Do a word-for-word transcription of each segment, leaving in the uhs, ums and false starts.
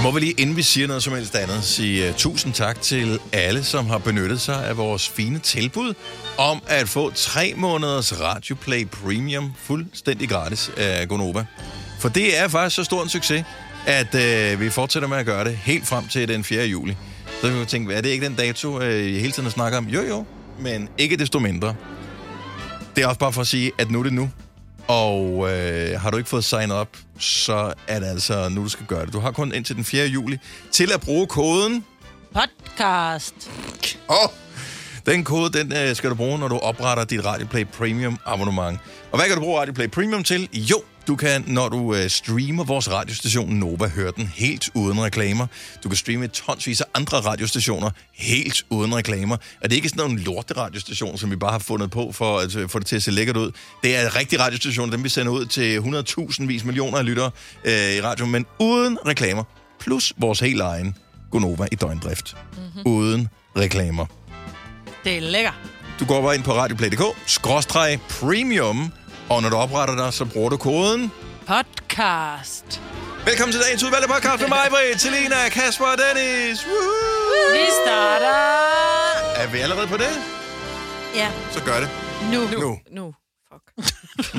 Må vi lige, inden vi siger noget som helst andet, sige uh, tusind tak til alle, som har benyttet sig af vores fine tilbud om at få tre måneders Radioplay Premium fuldstændig gratis af Gonova. For det er faktisk så stor en succes, at uh, vi fortsætter med at gøre det helt frem til den fjerde juli. Så vi tænke, er det ikke den dato, uh, jeg hele tiden snakker om? Jo, jo, men ikke desto mindre. Det er også bare for at sige, at nu er det nu. Og øh, har du ikke fået signet op, så er det altså nu, du skal gøre det. Du har kun indtil den fjerde juli til at bruge koden podcast. Åh, oh, den kode, den øh, skal du bruge, når du opretter dit Radioplay Premium abonnement. Og hvad kan du bruge Radioplay Premium til? Jo, du kan, når du øh, streamer vores radiostation Nova, høre den helt uden reklamer. Du kan streame tonsvis af andre radiostationer helt uden reklamer. Og det er ikke sådan en lorte radiostation, som vi bare har fundet på for at øh, få det til at se lækkert ud. Det er rigtig radiostation, dem vi sender ud til hundrede tusind vis millioner af lyttere øh, i radio, men uden reklamer. Plus vores helt egen Gonova i døgndrift. Mm-hmm. Uden reklamer. Det er lækker. Du går bare ind på radioplay punktum d k, skråstreg premium, og når du opretter dig, så bruger du koden podcast. Velkommen til dagens udvalgte podcast med mig, Britt, Selina, Kasper og Dennis. Woohoo! Vi starter. Er vi allerede på det? Ja. Så gør det. Nu. Nu. Nu. Fuck.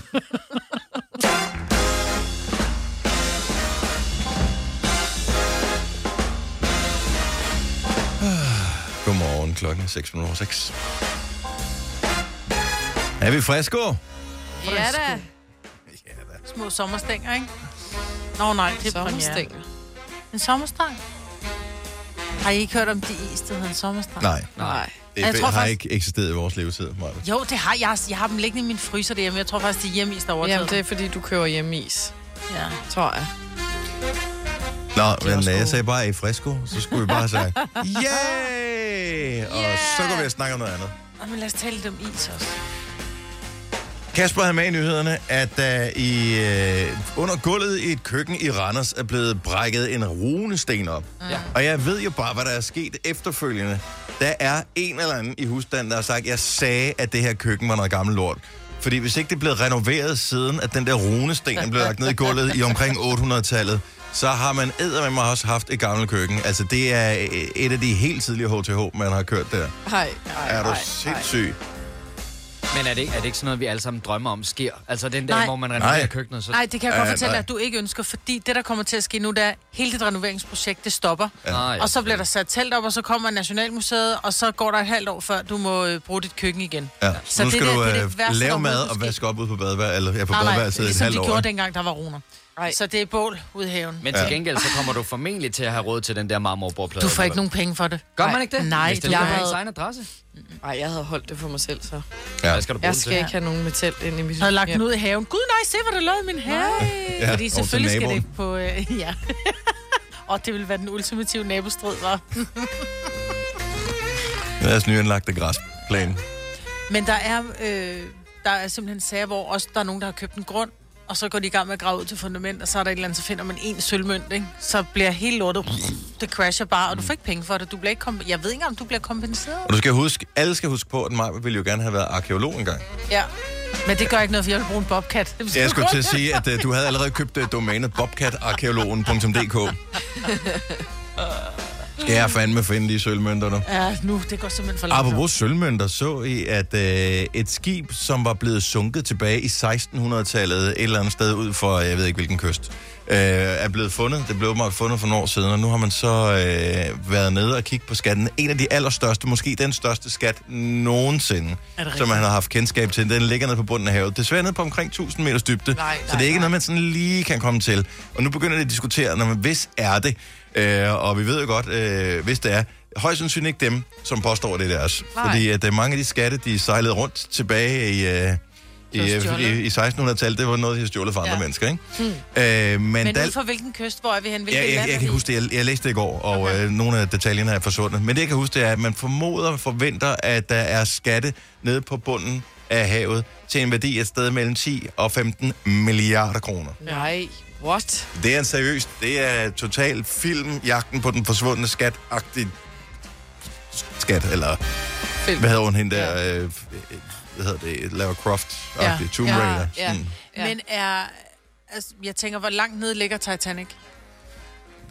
Godmorgen, klokken er seks minutter over seks. Er vi friske? Ja da. Ja da. Små sommerstænger, ikke? Nå nej, det er premiere. Sommerstænger. En sommerstang? Har I ikke hørt om de is, der hedder en sommerstang? Nej, Nej. det Jeg er, tror har faktisk- ikke eksisteret i vores levetid, Maja. Jo, det har jeg. Jeg har dem liggende i min fryser derhjemme. Jeg tror faktisk, det er hjemmeis, der overtaget. Jamen, det er fordi, du køber hjemmeis, Ja. tror jeg. Nå, er men også jeg gode. sagde bare i frisko, så skulle vi bare have sagt, yay! Og så går vi og snakke om noget andet. Nå, men lad os tale lidt om is også. Kasper havde med i nyhederne, at der i, øh, under gulvet i et køkken i Randers er blevet brækket en runesten op. Ja. Og jeg ved jo bare, hvad der er sket efterfølgende. Der er en eller anden i husstanden, der har sagt, jeg sagde, at det her køkken var noget gammelt lort. Fordi hvis ikke det blev renoveret siden, at den der runesten blev lagt ned i gulvet i omkring otte hundrede-tallet, så har man eddermame også haft et gammelt køkken. Altså, det er et af de helt tidlige H T H, man har kørt der. Nej, nej, Er du nej, sindssyg? Men er det, ikke, er det ikke sådan noget, vi alle sammen drømmer om sker? Altså den dag, Nej. hvor man Nej. renoverer køkkenet, så... Nej, det kan jeg Øh, godt fortælle nej. dig, at du ikke ønsker, fordi det, der kommer til at ske nu, det er, hele dit renoveringsprojekt, det stopper. Nej, Og så bliver der sat telt op, og så kommer Nationalmuseet, og så går der et halvt år, før du må øh, bruge dit køkken igen. Ja. Så Så nu det skal der- du det er det øh, værste, der lave mad overhovedet og kan vaske op ude på badeværelset, eller ja, på Nej, nej, badeværelset i et ligesom halvt de år. gjorde ikke? dengang, der var runer. Nej. Så det er bål ude i haven. Men til gengæld, så kommer du formentlig til at have råd til den der marmorbordplade. Du får ikke nogen penge for det. Gør man ikke det? Nej, Hvis det du er har- hans egen adresse. Nej, jeg havde holdt det for mig selv, så. Ja. Hvad skal du bruge Jeg det skal til? ikke have nogen metal ind i mit Jeg havde lagt hjem. den ud i haven. Gud nej, se hvad der lavede i min have. Ja, Fordi over selvfølgelig til skal naboen. det på... Øh, ja. Og det ville være den ultimative nabostrid, var. Deres nyanlagte græsplæne. Men der er, øh, der er simpelthen sager, hvor også der er nogen, der har købt en grund, og så går de i gang med at grave ud til fundament, og så er der et eller andet, så finder man en sølvmønt, ikke? Så bliver hele lortet, det crasher bare, og du får ikke penge for det. Du bliver ikke komp- jeg ved ikke, om du bliver kompenseret. Og du skal huske, alle skal huske på, at Maja ville jo gerne have været arkeolog engang. Ja. Men det gør ikke noget, for jeg vil bruge en bobcat. Jeg skulle til at sige, at uh, du havde allerede købt uh, domænet bobcatarkeologen punktum d k. Skal jeg fandme finde de sølvmønter nu? Ja, nu, det går simpelthen for langt. Apropos sølvmønter, så I, at øh, et skib, som var blevet sunket tilbage i seksten hundrede-tallet, et eller andet sted ud for, jeg ved ikke hvilken kyst, øh, er blevet fundet. Det blev meget fundet for nogle år siden, og nu har man så øh, været nede og kigge på skatten. En af de allerstørste, måske den største skat nogensinde, som man har haft kendskab til. Den ligger nede på bunden af havet. Desværre nede på omkring tusind meters dybde, Nej, så det er ikke noget, man sådan lige kan komme til. Og nu begynder det at diskutere, når man hvis er det, øh, og vi ved jo godt, øh, hvis det er, højst sandsynligt ikke dem, som påstår, at det er deres. Nej. Fordi at øh, mange af de skatte, de sejlede rundt tilbage i, øh, i, var i, stjålet. i seksten hundrede-tallet, det var noget, de havde stjålet fra andre Ja. mennesker, ikke? Hmm. Øh, men Men der, ud fra hvilken kyst, hvor er vi hen? Hvilket jeg, jeg, land jeg er kan vi? huske det, jeg, jeg læste det i går, og okay. øh, nogle af detaljerne er forsvundet. Men det, jeg kan huske, det er, at man formoder og forventer, at der er skatte nede på bunden af havet til en værdi af et sted mellem ti og femten milliarder kroner. Nej, what? Det er en seriøst, det er total film, jagten på den forsvundne skat-agtig skat, eller Film. hvad hedder hun hende der, øh, hvad hedder det, Lara Croft-agtig, Ja. Tomb Ja, Raider. ja. Mm. Ja. Men er... Altså, jeg tænker, hvor langt nede ligger Titanic?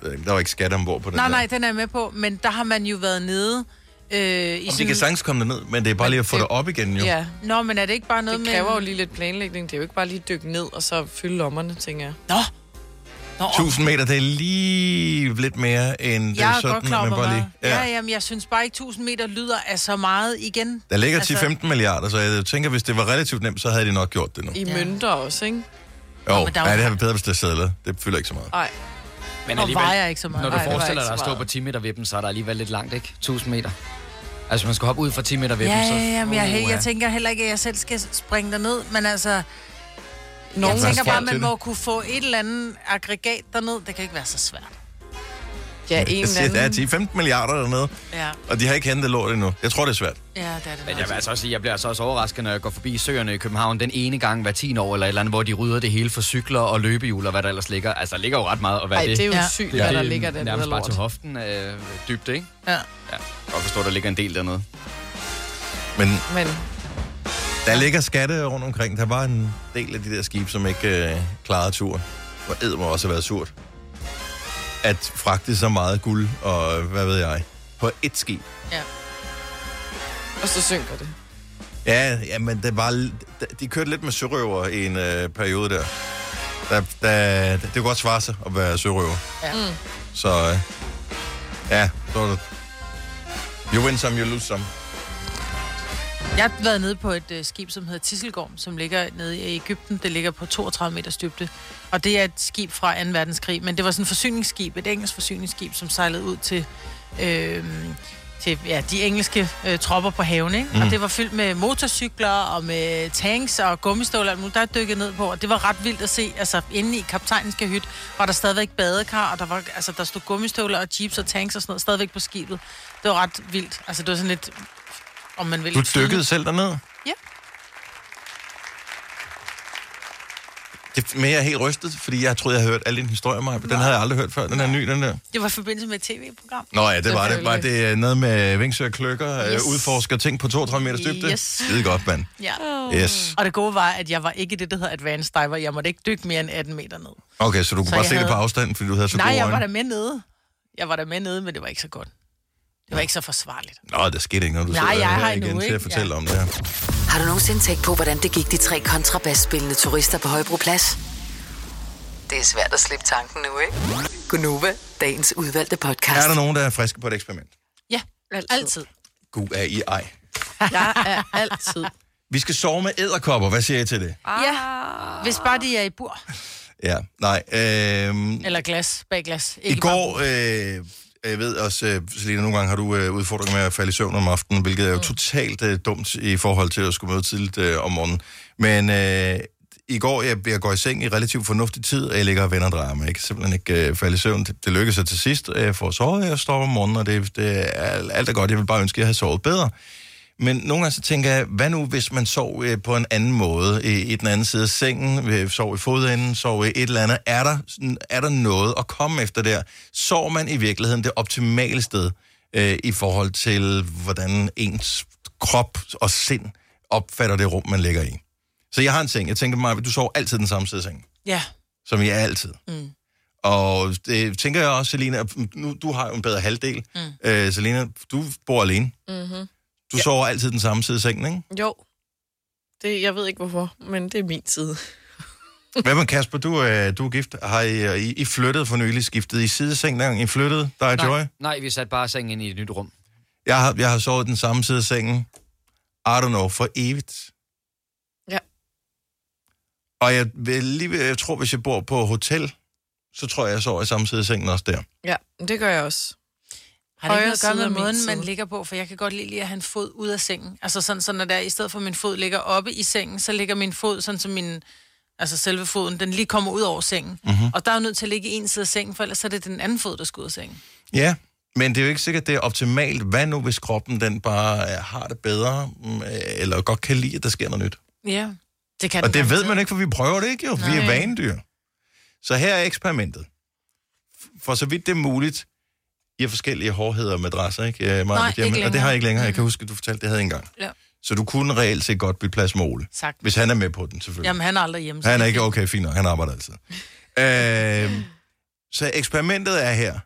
der var ikke skat ombord på den Nej, der. nej, den er jeg med på, men der har man jo været nede øh, i Om sådan... de kan sagtens komme derned, men det er bare lige at få det, det op igen, jo. Ja, Nå, men er det ikke bare noget det med... kræver jo lige lidt planlægning. Det er jo ikke bare lige dykke ned og så fylde lommerne, tænker jeg. Nå! Nå, tusind meter, det er lige lidt mere end jeg er sådan, godt klar men over, bare hvor lige. meget. Ja, jamen, jeg synes bare ikke, tusind meter lyder af så meget igen. Der ligger Altså- ti til femten milliarder, så jeg tænker, hvis det var relativt nemt, så havde de nok gjort det nu. I Ja. mønter også, ikke? Jo, men der er jo- ja, det havde været bedre, hvis det er sædler. Det fylder ikke så meget. Nej. Men Og vejer ikke så meget. når du Nej, det var forestiller ikke dig at så stå meget. på ti meter vippen, så er der alligevel lidt langt, ikke? tusind meter. Altså, man skal hoppe ud fra ti meter vippen, Ja, så... ja, ja, men jeg, Uha. jeg tænker heller ikke, at jeg selv skal springe derned, men altså... Nogen jeg tænker folk bare, til man det. må kunne få et eller andet aggregat derned. Det kan ikke være så svært. Ja, en Jeg eller siger, der er anden. ti til femten milliarder dernede, Ja, og de har ikke hentet lort endnu. Jeg tror, det er svært. ja det er det. Men nok. jeg vil altså også sige, jeg bliver altså også overrasket, når jeg går forbi søerne i København den ene gang hver tiende år, eller et eller andet, hvor de rydder det hele for cykler og løbehjul og hvad der ellers ligger. Altså, der ligger jo ret meget, og hvad Ej, det, det er jo Ja. sygt, det, hvad der det ligger er der nærmest bare lort. til hoften øh, dybde, ikke? Ja. Ja, jeg kan godt forstå, at der ligger en del dernede. Men Men der ligger skatte rundt omkring. Der var en del af de der skibe, som ikke øh, klarede turen. Og æd må også have været surt. At fragte så meget guld og hvad ved jeg, på ét skib. Ja. og så synker det. Ja, ja, men det var, de kørte lidt med sørøver i en øh, periode der. Der, der. Det kunne godt svare sig at være sørøver. Ja. Mm. Så øh, ja, så var det. You win some, you lose some. Jeg har været nede på et øh, skib, som hedder Tisselgorm, som ligger nede i Egypten. Det ligger på toogtredive meters dybde. Og det er et skib fra anden verdenskrig. Men det var sådan et forsyningsskib, et engelsk forsyningsskib, som sejlede ud til, øh, til ja, de engelske øh, tropper på haven. Ikke? Mm. Og det var fyldt med motorcykler og med tanks og gummistøvler. Og der er dykket ned på, og det var ret vildt at se. Altså, inde i kaptajnens kahyt var der stadigvæk badekar, og der, var, altså, der stod gummistøvler og jeeps og tanks og sådan noget stadigvæk på skibet. Det var ret vildt. Altså, det var sådan lidt... Om man vil Du tyde- dykkede selv derned? Ja. Det, men jeg er helt rystet, fordi jeg troede, jeg havde hørt alle dine historier, Maja. Den havde jeg aldrig hørt før. Den er ny, den der. Det var i forbindelse med et tv-program. Nå ja, det var det. Selvfølgelig. Var det øh, noget med Vingsø og Kløkker, yes. Yes. udforsker ting på toogtredive meters dybde? Yes. Skide godt, mand. Ja. Yes. Og det gode var, at jeg var ikke det, der hedder advanced diver. Jeg måtte ikke dykke mere end atten meter ned. Okay, så du kunne Så bare jeg se det på havde- afstand, fordi du havde så Nej, gode jeg var øjne? der med nede. Jeg var der med nede, men det var ikke så godt. Det var ikke så forsvarligt. Nå, der skete ikke, når du Nej, sidder jeg her har igen endnu, til at ikke? fortælle Ja. om det her. Har du nogensinde tænkt på, hvordan det gik de tre kontrabasspillende turister på Højbroplads? Det er svært at slippe tanken nu, ikke? Gunova, dagens udvalgte podcast. Er der nogen, der er friske på et eksperiment? Ja, Altid. altid. Gud er I ej. Jeg er altid. Vi skal sove med edderkopper. Hvad siger I til det? Ja, hvis bare de er i bur. Ja, nej. Øhm, Eller glas, bag glas. I Ikke går, øh, jeg ved også, øh, Selina, nogle gange har du øh, udfordringer med at falde i søvn om aftenen, hvilket er jo mm. totalt øh, dumt i forhold til at skulle møde tidligt øh, om morgenen. Men øh, i går, jeg, jeg går i seng i relativt fornuftig tid, og jeg ligger og vender og drejer mig. Jeg kan simpelthen ikke øh, falde i søvn. Det, det lykkedes sig til sidst. Jeg får sovet, jeg står om morgenen, og det, det er alt er godt. Jeg vil bare ønske, at jeg havde sovet bedre. Men nogle gange så tænker jeg, hvad nu hvis man sov øh, på en anden måde, i, i den anden side af sengen, øh, sov i fodenden, sov i et eller andet. Er der, sådan- er der noget at komme efter der? Sov man i virkeligheden det optimale sted øh, i forhold til, hvordan ens krop og sind opfatter det rum, man ligger i? Så jeg har en seng. Jeg tænker mig, du sover altid den samme side af sengen, Ja. som jeg er altid. Mm. Og det tænker jeg også, Selina, nu, du har jo en bedre halvdel. Mm. Øh, Selina, du bor alene. Mm-hmm. Du ja. sover altid den samme side af sengen, ikke? Jo. Det, jeg ved ikke hvorfor, men det er min side. Hvad med Kasper, du, er, du er gift. Har I, I, I flyttet for nylig, skiftet i sideseng, der I flyttede, der er Joy? Nej, nej, vi satte bare sengen ind i et nyt rum. Jeg har, jeg har sovet den samme side af sengen, I don't know, for evigt. Ja. Og jeg, vil lige, jeg tror, hvis jeg bor på hotel, så tror jeg, jeg sover i samme side af sengen også der. Ja, det gør jeg også. Har det ikke Højre noget at gøre side med af min måden, side. man ligger på? For jeg kan godt lide lige at have en fod ud af sengen. Altså sådan, så når der i stedet for min fod ligger oppe i sengen, så ligger min fod sådan som min, altså selve foden, den lige kommer ud over sengen. Mm-hmm. Og der er jo nødt til at ligge i en side af sengen, for ellers er det den anden fod, der skal ud af sengen. Ja, men det er jo ikke sikkert, det er optimalt. Hvad nu, hvis kroppen den bare øh, har det bedre, mm, eller godt kan lide, at der sker noget nyt? Ja, det kan Og den det ved garanteret. man ikke, for vi prøver det ikke jo. Vi er Nej. vanedyr. Så her er eksperimentet. For så vidt det er muligt, I har forskellige hårdheder og madrasser, ikke? Maja, Nej, ikke og det har længere. jeg ikke længere. Jeg kan huske, at du fortalte, det havde jeg engang. Ja, Så du kunne reelt set godt bytte plads med Ole. sagt. Hvis han er med på den, selvfølgelig. Jamen, han er aldrig hjemme. så Han er det ikke fint. okay, fint nok. Han arbejder altid. øh, Så eksperimentet er her.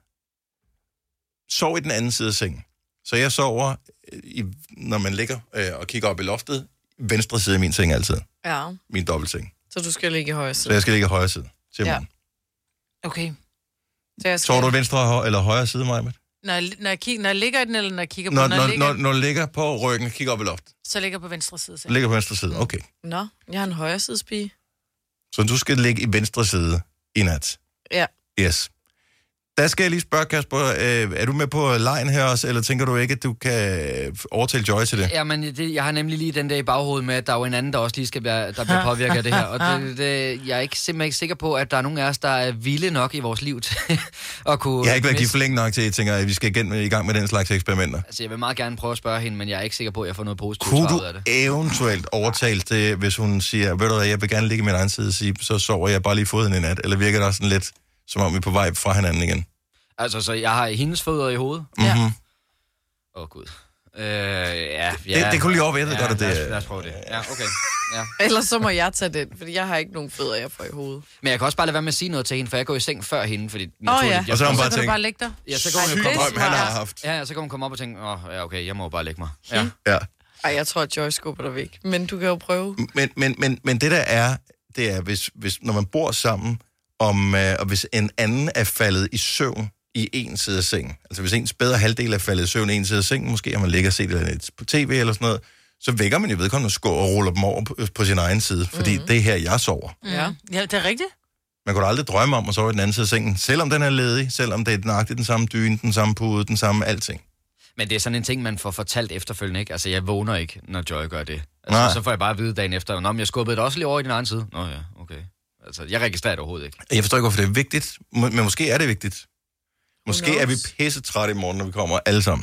Sov i den anden side af sengen. Så jeg sover, i, når man ligger øh, og kigger op i loftet, venstre side af min seng altid. Ja. Min dobbeltseng. Så du skal ligge i højre side. Så jeg skal ligge i højre side. Simpelthen. Ja. Okay. Så jeg skal... Sover du venstre eller højre side, Maja? Når jeg, når, jeg kigger, når jeg ligger i den, eller når jeg kigger på Når, når, når, jeg ligger, når, når du ligger på ryggen og kigger op i loftet. så ligger jeg på venstre side. Så. Ligger på venstre side, okay. Nå, jeg har en højre sidespige. Så du skal ligge i venstre side i nat. Ja. Yes. Der skal jeg lige spørge, Kasper, øh, er du med på lejen her også, eller tænker du ikke, at du kan overtale Joy til det? Ja, men det, jeg har nemlig lige den der i baghovedet med, at der er jo en anden, der også lige skal være, der bliver påvirket af det her. Og det, det, jeg er ikke, simpelthen ikke sikker på, at der er nogen af os, der er vilde nok i vores liv til at kunne... Jeg har ikke været miste- gift for længe nok til, at jeg tænker, at vi skal igen i gang med den slags eksperimenter. Altså, jeg vil meget gerne prøve at spørge hende, men jeg er ikke sikker på, at jeg får noget positivt Kunne svar du ud af det. eventuelt overtale det, hvis hun siger, ved du hvad, jeg vil gerne ligge i min egen side, og sige, så sover jeg bare lige foden i nat, eller virker det også sådan lidt, som om vi er på vej fra hinanden igen? Altså, så jeg har hendes fødder i hovedet? Ja. Mm-hmm. Åh, oh, gud. Øh, ja, ja. Det, det kunne lige over, jeg ved ja, godt, at det lad os, er... lad os prøve det. Ja, okay. Ja. Ellers så må jeg tage den, fordi jeg har ikke nogen fødder, jeg får i hovedet. Men jeg kan også bare lade være med at sige noget til hende, for jeg går i seng før hende, fordi... Åh, naturligt, ja. jeg- Og så har hun Så bare kan du tænkt, bare ligge der. Ja, så kan hun jo Ej, komme det op. drøm, han har haft. Ja, så kan hun komme op og tænke, åh, oh, ja, okay, jeg må jo bare lægge mig. Ja. Ja. Ej, jeg tror, at Joy skubber dig væk. Men du kan jo prøve. Men, men, men, men det der er, det er, hvis, hvis, når man bor sammen, om, øh, og hvis en anden er faldet i søvn i en side af sengen, altså hvis ens bedre halvdel er faldet i søvn i en side af sengen, måske har man ligger og set lidt på tv eller sådan noget, så vækker man jo vedkommende og skår og ruller dem over på, på sin egen side, fordi mm. det er her, jeg sover. Mm. Ja. Ja, det er rigtigt. Man kunne da aldrig drømme om at sove i den anden side af sengen, selvom den er ledig, selvom det er nøjagtigt den samme dyne, den samme pude, den samme alting. Men det er sådan en ting, man får fortalt efterfølgende, ikke? Altså, jeg vågner ikke, når Joy gør det. Nej. Altså, så får jeg bare at vide dagen efter, nå, men jeg skubbede det også lige over i din egen side. Nå ja, okay. Altså, jeg registrerer det overhovedet ikke. Jeg forstår ikke, hvorfor det er vigtigt, men måske er det vigtigt. Måske knows? er vi pisse trætte i morgen, når vi kommer alle sammen.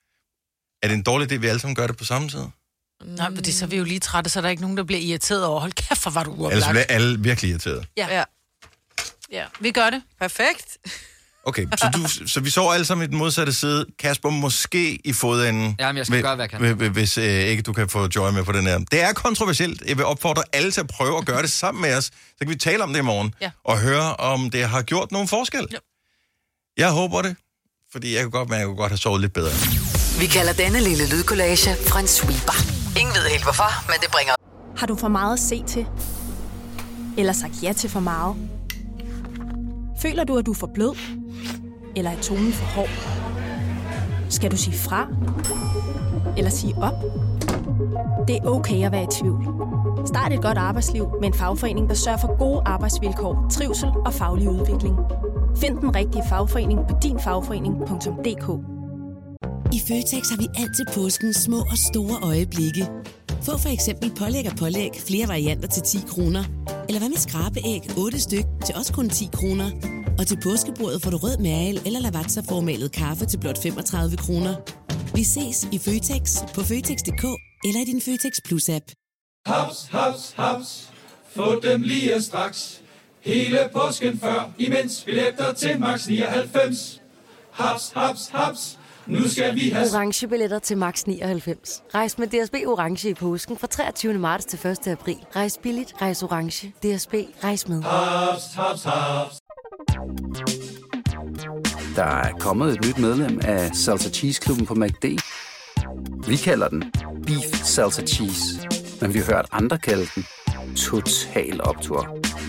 Er det en dårlig idé, at vi alle sammen gør det på samme tid? Nej, men det, så er vi jo lige trætte, så er der ikke nogen, der bliver irriteret over. Hold kæft, hvor var du Ellers uoplagt. bliver alle virkelig irriteret. Ja. Ja. Ja, vi gør det. Perfekt. Okay, så, du, så vi sover alle sammen i den modsatte side. Kasper, måske i fodenden. Jamen, jeg skal Hvi- gøre, hvad jeg kan. hvi- Hvis øh, ikke du kan få Joy med på den her. Det er kontroversielt. Jeg vil opfordre alle til at prøve at gøre det sammen med os. Så kan vi tale om det i morgen. Ja. Og høre, om det har gjort nogen forskel. Ja. Jeg håber det. Fordi jeg kunne godt, men jeg kunne godt have sovet lidt bedre. Vi kalder denne lille lydkollage en sweeper. Ingen ved helt hvorfor, men det bringer... Har du for meget at se til? Eller sagt ja til for meget? Føler du, at du er for blød? Eller er tonen for hård? Skal du sige fra? Eller sige op? Det er okay at være i tvivl. Start et godt arbejdsliv med en fagforening, der sørger for gode arbejdsvilkår, trivsel og faglig udvikling. Find den rigtige fagforening på din fagforening punktum d k. I Føtex har vi altid påskens små og store øjeblikke. Få for eksempel pålæg og pålæg flere varianter til ti kroner. Eller hvad med skrabeæg otte styk til også kun ti kroner. Og til påskebordet får du rød mal eller lavatserformalet kaffe til blot femogtredive kroner. Vi ses i Føtex på Føtex punktum d k eller i din Føtex Plus-app. Haps, haps, haps. Få dem lige straks. Hele påsken før, imens billetter til max nioghalvfems. Haps, haps, haps. Nu skal vi have... Orange billetter til max nioghalvfems. Rejs med D S B Orange i påsken fra treogtyvende marts til første april. Rejs billigt, rejs orange. D S B, rejs med. Haps, haps, haps. Der er kommet et nyt medlem af Salsa Cheese Klubben på McD. Vi kalder den Beef Salsa Cheese, men vi har hørt andre kalde den Total Optur.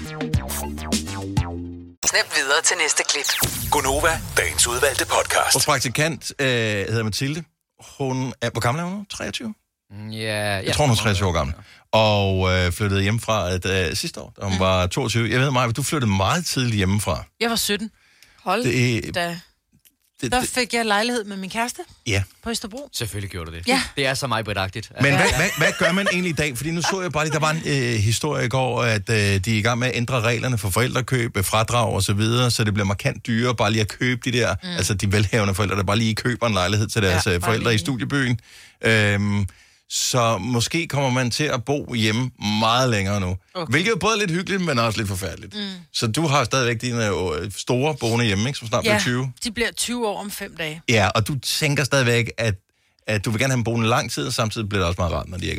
Snap videre til næste klip. Gonova, dagens udvalgte podcast. Vores praktikant øh, hedder Mathilde. Hun er... Hvor gammel er hun nu? treogtyve? Ja, ja. Jeg tror, hun er treogtyve år gammel. Og øh, flyttede hjemmefra øh, sidste år, da hun var toogtyve. Jeg ved, Maja, du flyttede meget tidligt hjemmefra. Jeg var sytten. Hold Det- da. Det, Der det, fik jeg lejlighed med min kæreste ja. på Østerbro. Selvfølgelig gjorde du det. Ja. Det er så mig bredagtigt. Men hvad, hvad, hvad gør man egentlig i dag? Fordi nu så jeg bare lige, der var en øh, historie i går, at øh, de er i gang med at ændre reglerne for forældrekøb, fradrag og så videre, så det bliver markant dyrere bare lige at købe de der, mm. altså de velhavende forældre, der bare lige køber en lejlighed til deres Ja, ja, forældre lige. i studiebyen. Øhm, så måske kommer man til at bo hjemme meget længere nu. Okay. Hvilket er både lidt hyggeligt, men også lidt forfærdeligt. Mm. Så du har stadigvæk dine øh, store boende hjemme, ikke, som snart bliver Ja, tyve. de bliver tyve år om fem dage. Ja, og du tænker stadigvæk, at, at du vil gerne have dem boende lang tid, og samtidig bliver det også meget rart, når de ikke er der.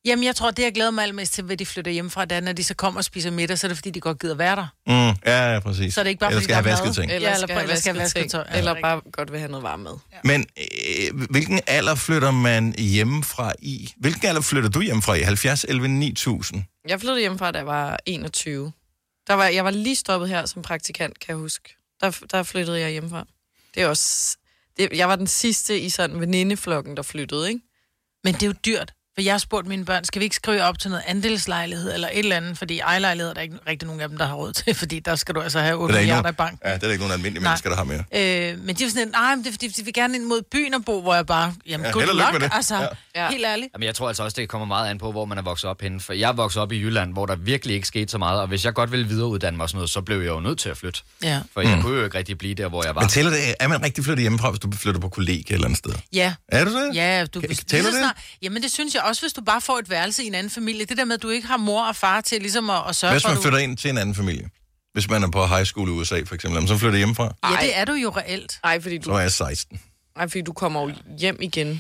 Jamen, jeg tror, det jeg glæder mig allermest til, ved de flytter hjemmefra, det er, når de så kommer og spiser middag, så er det fordi, de godt gider være der. Mm, ja, ja, præcis. Så er det ikke bare, eller fordi skal der have er vasket mad. ting. Eller, Ja, skal, eller, eller skal have vasket ting. tøj. Ja, Eller rigtigt. bare godt vil have noget varme med. Ja. Men øh, hvilken alder flytter man hjemmefra i? Hvilken alder flytter du hjemmefra i? halvfjerds elleve ni tusind? Jeg flyttede hjemmefra, da jeg var enogtyve. Der var, jeg var lige stoppet her som praktikant, kan jeg huske. Der, der flyttede jeg hjemmefra. Det er også... Det, jeg var den sidste i sådan venindeflokken, der flyttede, ikke? Men det er jo dyrt. For jeg har spurgt mine børn, skal vi ikke skrive op til noget andelslejlighed eller et eller andet? Fordi ejerlejlighed er der ikke rigtig nogen af dem, der har råd til, fordi der skal du altså have otte milliarder i banken. Ja, det er der ikke nogen almindelige mennesker, der har mere. Øh, men de er sådan lidt, nej, men det er fordi, de vil gerne ind mod byen og bo, hvor jeg bare, jamen, Ja, good held og lykke med luck, det. altså, Ja. helt ærligt. Jamen, jeg tror altså også, det kommer meget an på, hvor man er vokset op henne. For jeg er vokset op i Jylland, hvor der virkelig ikke skete så meget. Og hvis jeg godt ville videreuddanne mig og sådan noget, så blev jeg jo nødt til at flytte. Ja. For jeg mm. kunne jo ikke rigtig blive der, hvor jeg var. Men tæller det, er man rigtig flyttet hjemmefra, hvis du flytter på kollega et eller andet sted? Ja. Er du det? Ja, du Kan- hvis- tæller lige så det? snart- Jamen, det synes jeg også, hvis du bare får et værelse i en anden familie. Det der med, at du ikke har mor og far til ligesom at, at sørge Hvis for, man at flytter ind til en anden familie. Hvis man er på high school i U S A, for eksempel, så flytter hjemmefra, du... Ja, det er du jo reelt. Nej, fordi så du, er jeg seksten. nej, fordi du kommer jo hjem igen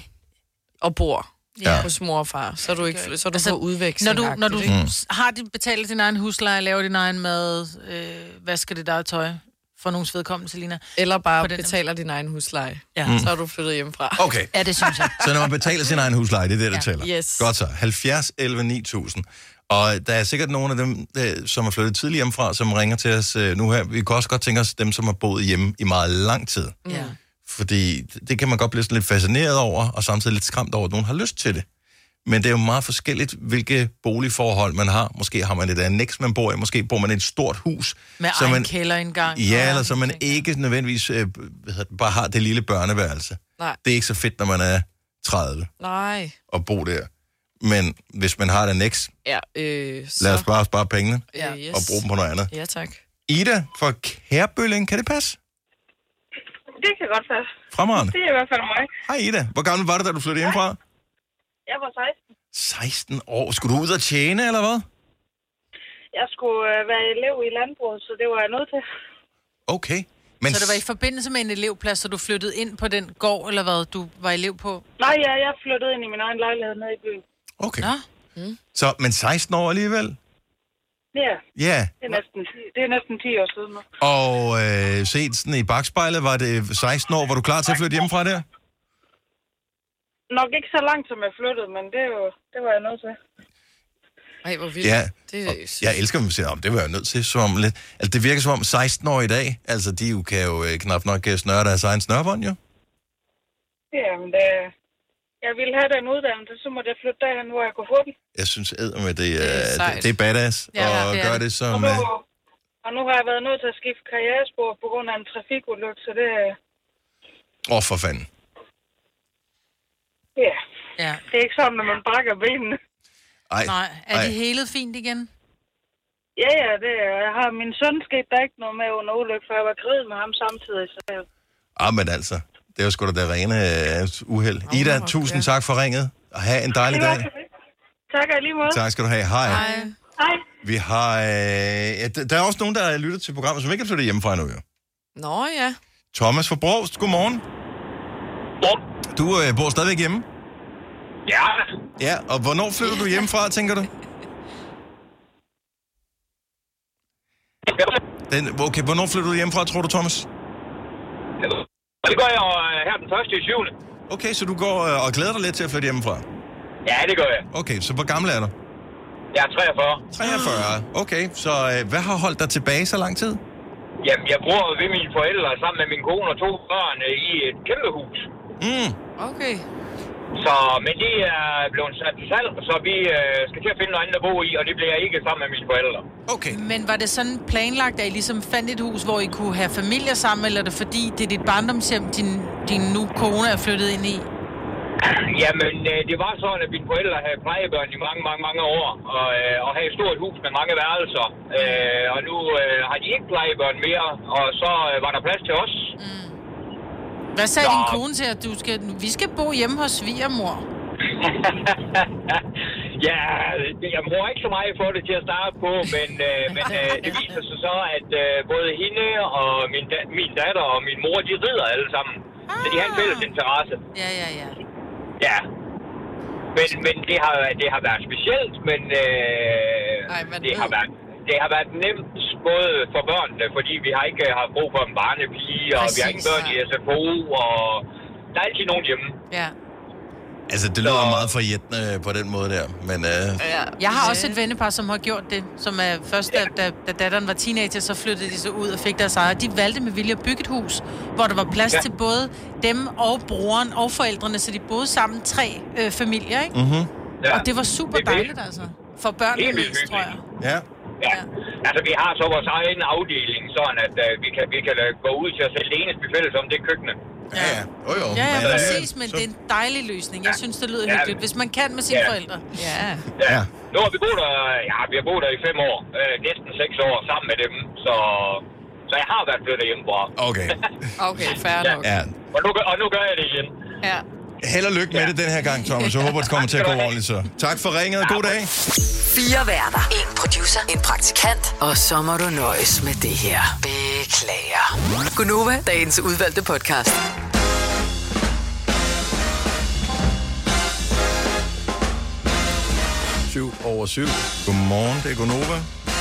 og bor Ja. hos mor og far. Så er du, ikke, så er du Altså, altså, på udveksling. Når du, når du mm. har dit, betalt din egen husleje, laver din egen mad, øh, vasker dit eget tøj, for nogens vedkommende, Selina. Eller På bare den- betaler din egen husleje. Ja. Mm. Så er du flyttet hjemmefra. Okay, Ja, det synes jeg. så når man betaler sin egen husleje, det er det, der Ja. tæller. Yes. Godt så. halvfjerds elleve ni tusind. Og der er sikkert nogle af dem, der, som er flyttet tidligt hjemmefra, som ringer til os øh, nu her. Vi kan også godt tænke os dem, som har boet hjemme i meget lang tid. Ja. Fordi det kan man godt blive sådan lidt fascineret over, og samtidig lidt skræmt over, at nogen har lyst til det. Men det er jo meget forskelligt, hvilke boligforhold man har. Måske har man et annex, man bor i. Måske bor man i et stort hus. Med så egen man, kælderindgang. ja, og- eller så man ikke nødvendigvis øh, hvad hedder det, bare har det lille børneværelse. Nej. Det er ikke så fedt, når man er tredive Nej. og bo der. Men hvis man har et annex, Ja, øh, så... lad os bare spare pengene Ja, og yes. bruge dem på noget andet. Ja, tak. Ida fra Kærbølling, kan det passe? Det kan godt passe. Fremragende. Det er i hvert fald mig. Hej Ida. Hvor gammel var det, da du flyttede hjemmefra? Jeg var seksten. seksten år. Skulle du ud og tjene, eller hvad? Jeg skulle øh, være elev i landbruget, så det var jeg nødt til. Okay. Men Så det var i forbindelse med en elevplads, så du flyttede ind på den gård, eller hvad, du var elev på? Nej, ja, jeg flyttede ind i min egen lejlighed nede i byen. Okay. Nå. Mm. Så, men seksten år alligevel? Ja, Ja. det er næsten, det er næsten ti år siden nu. Og øh, set sådan i bagspejlet, var det seksten år. Var du klar til at flytte hjemmefra der? Nok ikke så langt, som jeg flyttede, men det, er jo, det var jeg nødt til. Ej, hvor vildt. Ja. Det, Og jeg elsker, at man siger, om det var jeg nødt til. Som om lidt. Altså, det virker som om seksten år i dag, altså de jo kan jo øh, knap nok øh, snøre deres egen snørbånd, jo. Ja, men det, jeg ville have den uddannelse, så måtte jeg flytte derhen, hvor jeg kunne få den. Jeg synes, med det, øh, Det er det, sejt. det er badass Ja, at det er gøre det. det som... Og nu, Øh, og nu har jeg været nødt til at skifte karrierespor på grund af en trafikulykke, så det, Åh, oh, for fanden. ja, Ja. det er ikke sådan, at man brækker benene. Ej, Nej, er ej. de helet fint igen? Ja, ja, det er jeg. har min søn sket der ikke noget med under ulykke, for jeg var gravid med ham samtidig. Så det, Ah, men altså, det er jo sgu da det rene øh, uheld. Oh, Ida, okay. tusind tak for ringet, og have en dejlig dag. tak og i lige måde. Tak skal du have. Hej. Nej. Hej. Vi har... Øh, ja, der der er også nogen, der lytter til programmet, som ikke er flyttet hjemmefra endnu, jo. Nå ja. Thomas fra Brovst, godmorgen. Du øh, bor stadigvæk hjemme? Ja. Ja, og hvornår flytter du hjemmefra, tænker du? Den, okay, hvornår flytter du hjemmefra, tror du, Thomas? Det gør jeg øh, her den første i syvende. Okay, så du går øh, og glæder dig lidt til at flytte hjemmefra? Ja, det gør jeg. Okay, så hvor gammel er du? Jeg er treogfyrre. treogfyrre. Okay, så øh, hvad har holdt dig tilbage så lang tid? Jamen, jeg bor ved mine forældre sammen med min kone og to børn øh, i et kæmpe hus. Mm. Okay. Så, men det er blevet sat til salg, så vi øh, skal til at finde noget andet at bo i, og det bliver ikke sammen med mine forældre. Okay. Men var det sådan planlagt, at I ligesom fandt et hus, hvor I kunne have familier sammen, eller er det fordi, det er dit barndomshjem, din, din nu kone er flyttet ind i? Jamen, øh, det var sådan, at mine forældre havde plejebørn i mange, mange, mange år, og, øh, og havde et stort hus med mange værelser. Øh, og nu øh, har de ikke plejebørn mere, og så øh, var der plads til os. Mm. Hvad sagde Så- din kone til, at du skal, vi skal bo hjemme hos svigermor? Ja, jeg bruger ikke så meget for det til at starte på, men, øh, men øh, det viser sig så, at øh, både hende og min, da- min datter og min mor, de rider alle sammen. Ah. Så de har en fælles interesse. Ja, ja, ja. Ja. Men, men det, har, det har været specielt, men, øh, Ej, men det, har været, det har været nemt både for børnene, fordi vi har ikke haft brug for en barnepige, og Præcis, vi har ikke børn i S F O, og der er altid nogen hjemme. Ja. Altså, det lyder så... meget forjættende på den måde der, men... Øh... Ja. Jeg har også et vennepar, som har gjort det, som er først, da, da, da datteren var teenager, så flyttede de så ud og fik deres eget. De valgte med vilje at bygge et hus, hvor der var plads ja. til både dem og broren og forældrene, så de boede sammen tre øh, familier, ikke? Mm-hmm. Ja. Og det var super det dejligt, altså. For børnene mest, tror jeg. Ja. Ja. Altså, vi har så vores egen afdeling, sådan at uh, vi, kan, vi kan uh, gå ud til os selv. Det eneste, vi fælles om, det er køkkenet. Ja, ja. Jo, jo. Ja, ja, men, præcis, men så... det er en dejlig løsning. Jeg synes, det lyder ja. hyggeligt, hvis man kan med sine ja. forældre. Ja. ja. Nu har vi boet der, ja, vi har boet der i fem år, øh, næsten seks år sammen med dem, så, så jeg har været flyttet hjemmefra. Okay. Okay, fair nok. Ja. Og, nu, og nu gør jeg det igen. Ja. Held og lykke med ja. det den her gang, Thomas. Jeg håber, det kommer til at gå ordentligt så. Tak for ringet. God dag. Fire værter. En producer. En praktikant. Og så må du nøjes med det her. Beklager. Gunova, dagens udvalgte podcast. syv over syv. Godmorgen, det er Gunova.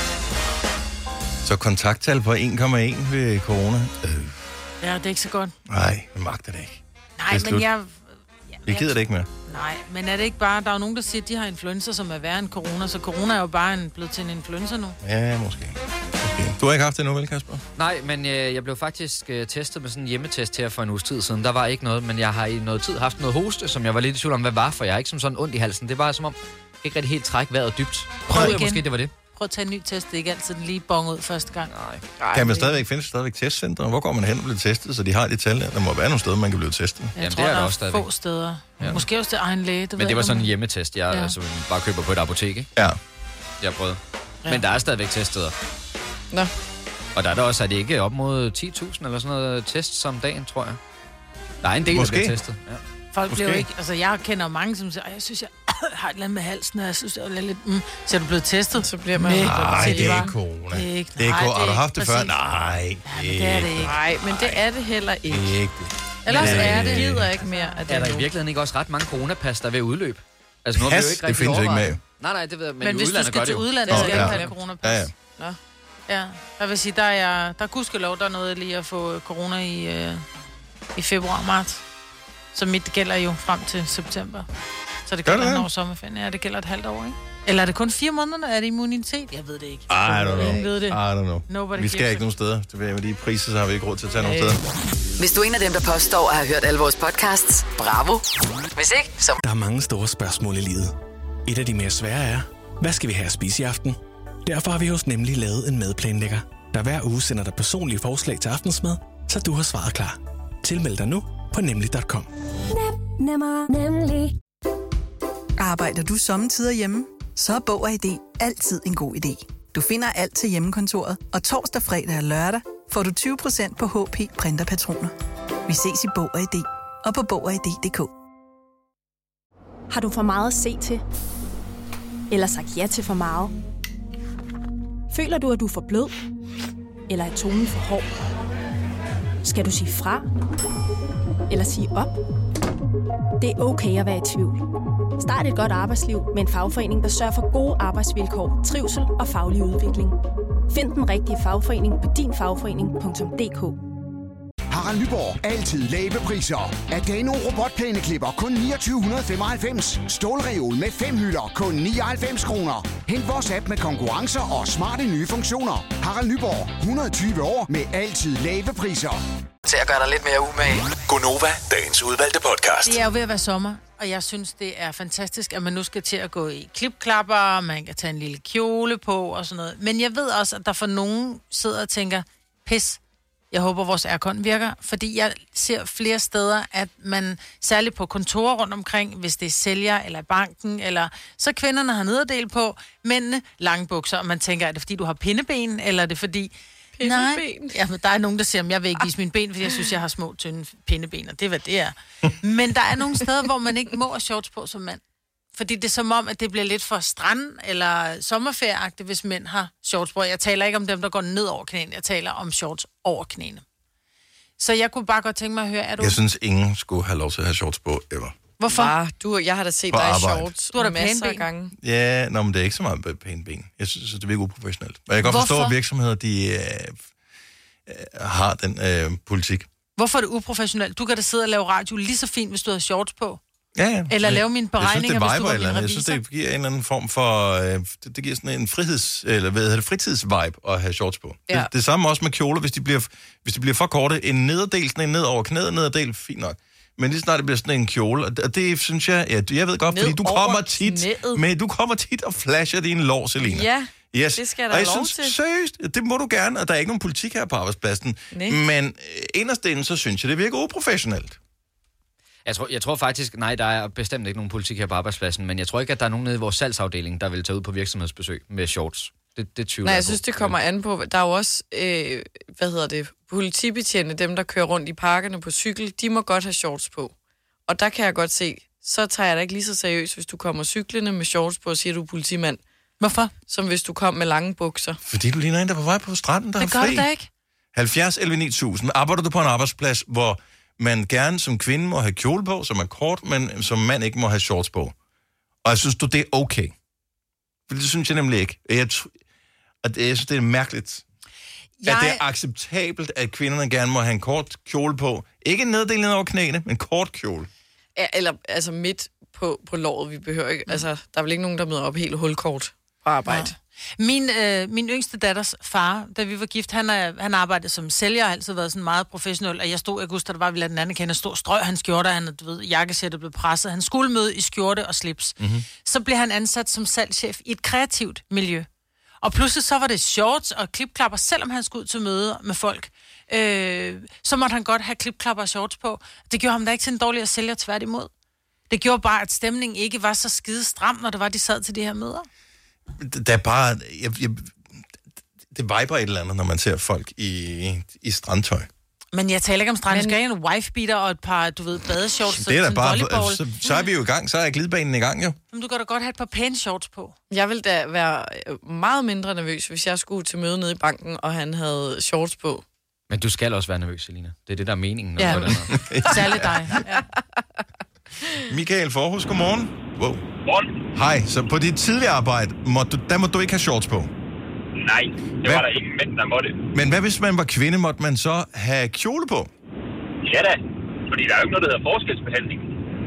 Så kontakttal på en komma en ved corona. Øh. Ja, det er ikke så godt. Nej, jeg magter det ikke. Nej, men jeg... Ja, jeg gider det ikke mere. Nej, men er det ikke bare... Der er jo nogen, der siger, at de har influenza, som er værre end corona, så corona er jo bare en, blevet til en influenza nu. Ja, måske. måske. Du har ikke haft det nu, vel, Kasper? Nej, men øh, jeg blev faktisk øh, testet med sådan en hjemmetest her for en uges tid siden. Der var ikke noget, men jeg har i noget tid haft noget hoste, som jeg var lidt i tvivl om, hvad var, for jeg har ikke som sådan ondt i halsen. Det var som om, jeg ikke rigtig helt træk vejret dybt. Prøv jeg igen. Måske det var det. Prøv at tage en ny test. Det er ikke altid lige bong ud første gang. Nej. Ej, kan man stadigvæk finde stadigvæk testcenter? Hvor går man hen og bliver testet, så de har de tal der? Der må være nogle steder, man kan blive testet. Jeg Jamen, tror, det er der der er også stadigvæk. få steder. Ja. Måske også til egen læge. Det Men ved det var jeg, sådan en om... hjemmetest, jeg ja. altså, bare køber på et apotek, ikke? Ja. Jeg har prøvet. Ja. Men der er stadigvæk teststeder. Nå. Og der er der også, er det ikke op mod ti tusind eller sådan noget tests om dagen, tror jeg. Der er en del, Måske. der bliver testet. Ja. Folk Måske. bliver ikke... Altså, jeg kender mange, som siger, jeg synes, jeg har et eller andet med halsen, og jeg synes, jeg er lidt... Mm. Så er du blevet testet? Så bliver man... Nej, det er ikke corona. Det er ikke... Det er corona. Har du haft det præcis. før? Nej, ja, det er det ikke. Nej, men det er det heller ikke. Det er ikke det. Ellers Men, er det, øh, gider ikke mere af det Er der i nu. virkeligheden ikke også ret mange coronapas, der er ved at udløbe? Altså, nu har vi Pas, jo ikke det rigtig findes jo ikke overvejet- med. Nej, nej, det ved jeg, men, Men i hvis du udlandet gør skal det til jo. udlandet, Nå, skal ja. du have et coronapas. Ja, ja. Nå. Ja, jeg vil sige, der er, der er gudskelov, der er noget lige at få corona i, øh, i februar og marts. Så mit gælder jo frem til september. Så det Gør gælder det en det? år sommerferien. Ja, det gælder et halvt år, ikke? Eller er det kun fire måneder? Er det immunitet? Jeg ved det ikke. I don't know. Ingen ved det. I don't know. Nobody Vi skal gives ikke a- nogen steder. Det med de priser, så har vi ikke råd til at tage nogen steder. Hvis du er en af dem, der påstår at have hørt alle vores podcasts, bravo. Hvis ikke, så... Der er mange store spørgsmål i livet. Et af de mere svære er, hvad skal vi have at spise i aften? Derfor har vi hos Nemlig lavet en madplanlægger, der hver uge sender dig personlige forslag til aftensmad, så du har svaret klar. Tilmeld dig nu på nemlig punktum com. Nem, nemmer, nemlig. Arbejder du sommetider hjemme? Så er Bog og I D altid en god idé. Du finder alt til hjemmekontoret, og torsdag, fredag og lørdag får du tyve procent på H P printerpatroner. Vi ses i Bog og I D og på bog og i d punktum d k. Har du for meget at se til? Eller sagt ja til for meget? Føler du, at du er for blød? Eller er tonen for hård? Skal du sige fra? Eller sige op? Det er okay at være i tvivl. Start et godt arbejdsliv med en fagforening, der sørger for gode arbejdsvilkår, trivsel og faglig udvikling. Find den rigtige fagforening på din fagforening punktum d k. Harald Nyborg. Altid lave priser. Adano robotplæneklipper kun niogtyve femoghalvfems. Stålreol med fem hylder kun nioghalvfems kroner. Hent vores app med konkurrencer og smarte nye funktioner. Harald Nyborg. hundrede og tyve år med altid lave priser. Til at gøre dig lidt mere umage. Gunova, dagens udvalgte podcast. Det er jo ved at være sommer, og jeg synes, det er fantastisk, at man nu skal til at gå i klipklapper, man kan tage en lille kjole på og sådan noget. Men jeg ved også, at der for nogen sidder og tænker, pis, jeg håber, vores aircon virker, fordi jeg ser flere steder, at man, særligt på kontorer rundt omkring, hvis det er sælger eller banken, eller så kvinderne har nederdel på, mændene lange bukser, og man tænker, er det fordi, du har pindeben, eller er det fordi... Nej, ja, men der er nogen, der siger, at jeg vil ikke vise mine ben, fordi jeg synes, jeg har små, tynde pindeben, og det er, hvad det er. Men der er nogle steder, hvor man ikke må have shorts på som mand. Fordi det er som om, at det bliver lidt for strand- eller sommerferieagtigt, hvis mænd har shorts på. Jeg taler ikke om dem, der går ned over knæene. Jeg taler om shorts over knæene. Så jeg kunne bare godt tænke mig at høre, er du... Jeg synes, ingen skulle have lov til at have shorts på, ever. Hvorfor? Ah, du, jeg har da set På dig i arbejde. shorts Du har da masser af pæne ben. gange. Ja, nå, men det er ikke så meget med pæne ben. Jeg synes, det virker uprofessionelt. Og jeg kan godt Hvorfor? forstå, at virksomheder, de øh, øh, har den øh, politik. Hvorfor er det uprofessionelt? Du kan da sidde og lave radio lige så fint, hvis du har shorts på. Ja, ja. Eller lave mine beregninger, jeg synes, det hvis du viber var et eller min andet. Jeg synes, revisor. det giver en eller anden form for... Øh, det, det giver sådan en friheds... Eller hvad hedder det? Fritidsvibe at have shorts på. Ja. Det, det samme også med kjoler, hvis de bliver, hvis de bliver for korte. En nederdel, sådan en ned over knæet, nederdel, fint nok. Men lige snart det bliver sådan en kjole, og det synes jeg... Ja, jeg ved godt, Ned fordi du over kommer tit... knæet. Men du kommer tit og flasher dine lår, Selina. Ja, Yes. det skal jeg da og jeg have lov synes, til. seriøst, det må du gerne, og der er ikke nogen politik her på arbejdspladsen. Nej. Men øh, inderst inde, så synes jeg, det virker uprofessionelt. Jeg tror, jeg tror faktisk, nej, der er bestemt ikke nogen politik her på arbejdspladsen, men jeg tror ikke, at der er nogen nede i vores salgsafdeling, der vil tage ud på virksomhedsbesøg med shorts. Det, det tvivler Nej, jeg jeg på. synes, det kommer an på... Der er jo også, øh, hvad hedder det, politibetjente, dem, der kører rundt i parkerne på cykel, de må godt have shorts på. Og der kan jeg godt se, så tager jeg da ikke lige så seriøst, hvis du kommer cyklende med shorts på og siger, du er politimand. Hvorfor? Som hvis du kom med lange bukser. Fordi du ligner en, der er på vej på stranden, der Det har gør fri. det da ikke. halvfjerds elleve ni tusind. Arbejder du på en arbejdsplads, hvor man gerne som kvinde må have kjole på, som er kort, men som mand ikke må have shorts på? Og jeg synes du, det er okay? For det synes jeg nemlig ikke. Jeg, tr- at jeg synes, det er mærkeligt. Jeg... At det er acceptabelt, at kvinderne gerne må have en kort kjole på. Ikke neddel ned over knæene, men kort kjole. Ja, eller altså midt på, på låret, vi behøver ikke... Altså, der er vel ikke nogen, der møder op helt hulkort på arbejde. Ja. Min, øh, min yngste datters far, da vi var gift, han, er, han arbejdede som sælger, har altid været sådan meget professionel, og jeg stod, jeg husker, der var, vi lader den anden kende, stod strøg, han skjorte, han, du ved, jakkesættet blev presset, han skulle møde i skjorte og slips. Mm-hmm. Så blev han ansat som salgschef i et kreativt miljø. Og pludselig så var det shorts og klipklapper, selvom han skulle ud til møder med folk. Øh, så måtte han godt have klipklapper og shorts på. Det gjorde ham da ikke til en dårligere sælger, tværtimod. Det gjorde bare, at stemningen ikke var så skide stram, når det var, de sad til de her møder. Der er bare... Jeg, jeg, det viber et eller andet, når man ser folk i, i strandtøj. Men jeg taler ikke om strand. Men... Skal jeg en wifebeater og et par, du ved, badeshorts Det er da til bare... volleyball? Så, så er vi jo i gang. Så er glidebanen i gang, jo. Men du kan da godt have et par pæne shorts på. Jeg ville da være meget mindre nervøs, hvis jeg skulle til møde nede i banken, og han havde shorts på. Men du skal også være nervøs, Selina. Det er det, der er meningen. Ja, særligt dig. Ja. Michael Forhus, godmorgen. Wow. Godmorgen. Hej, så på dit tidligere arbejde, må du, der må du ikke have shorts på? Nej, det hvad? var der ingen mænd, der måtte. Men hvad hvis man var kvinde, måtte man så have kjole på? Ja da, fordi der er jo ikke noget, der hedder forskelsbehandling.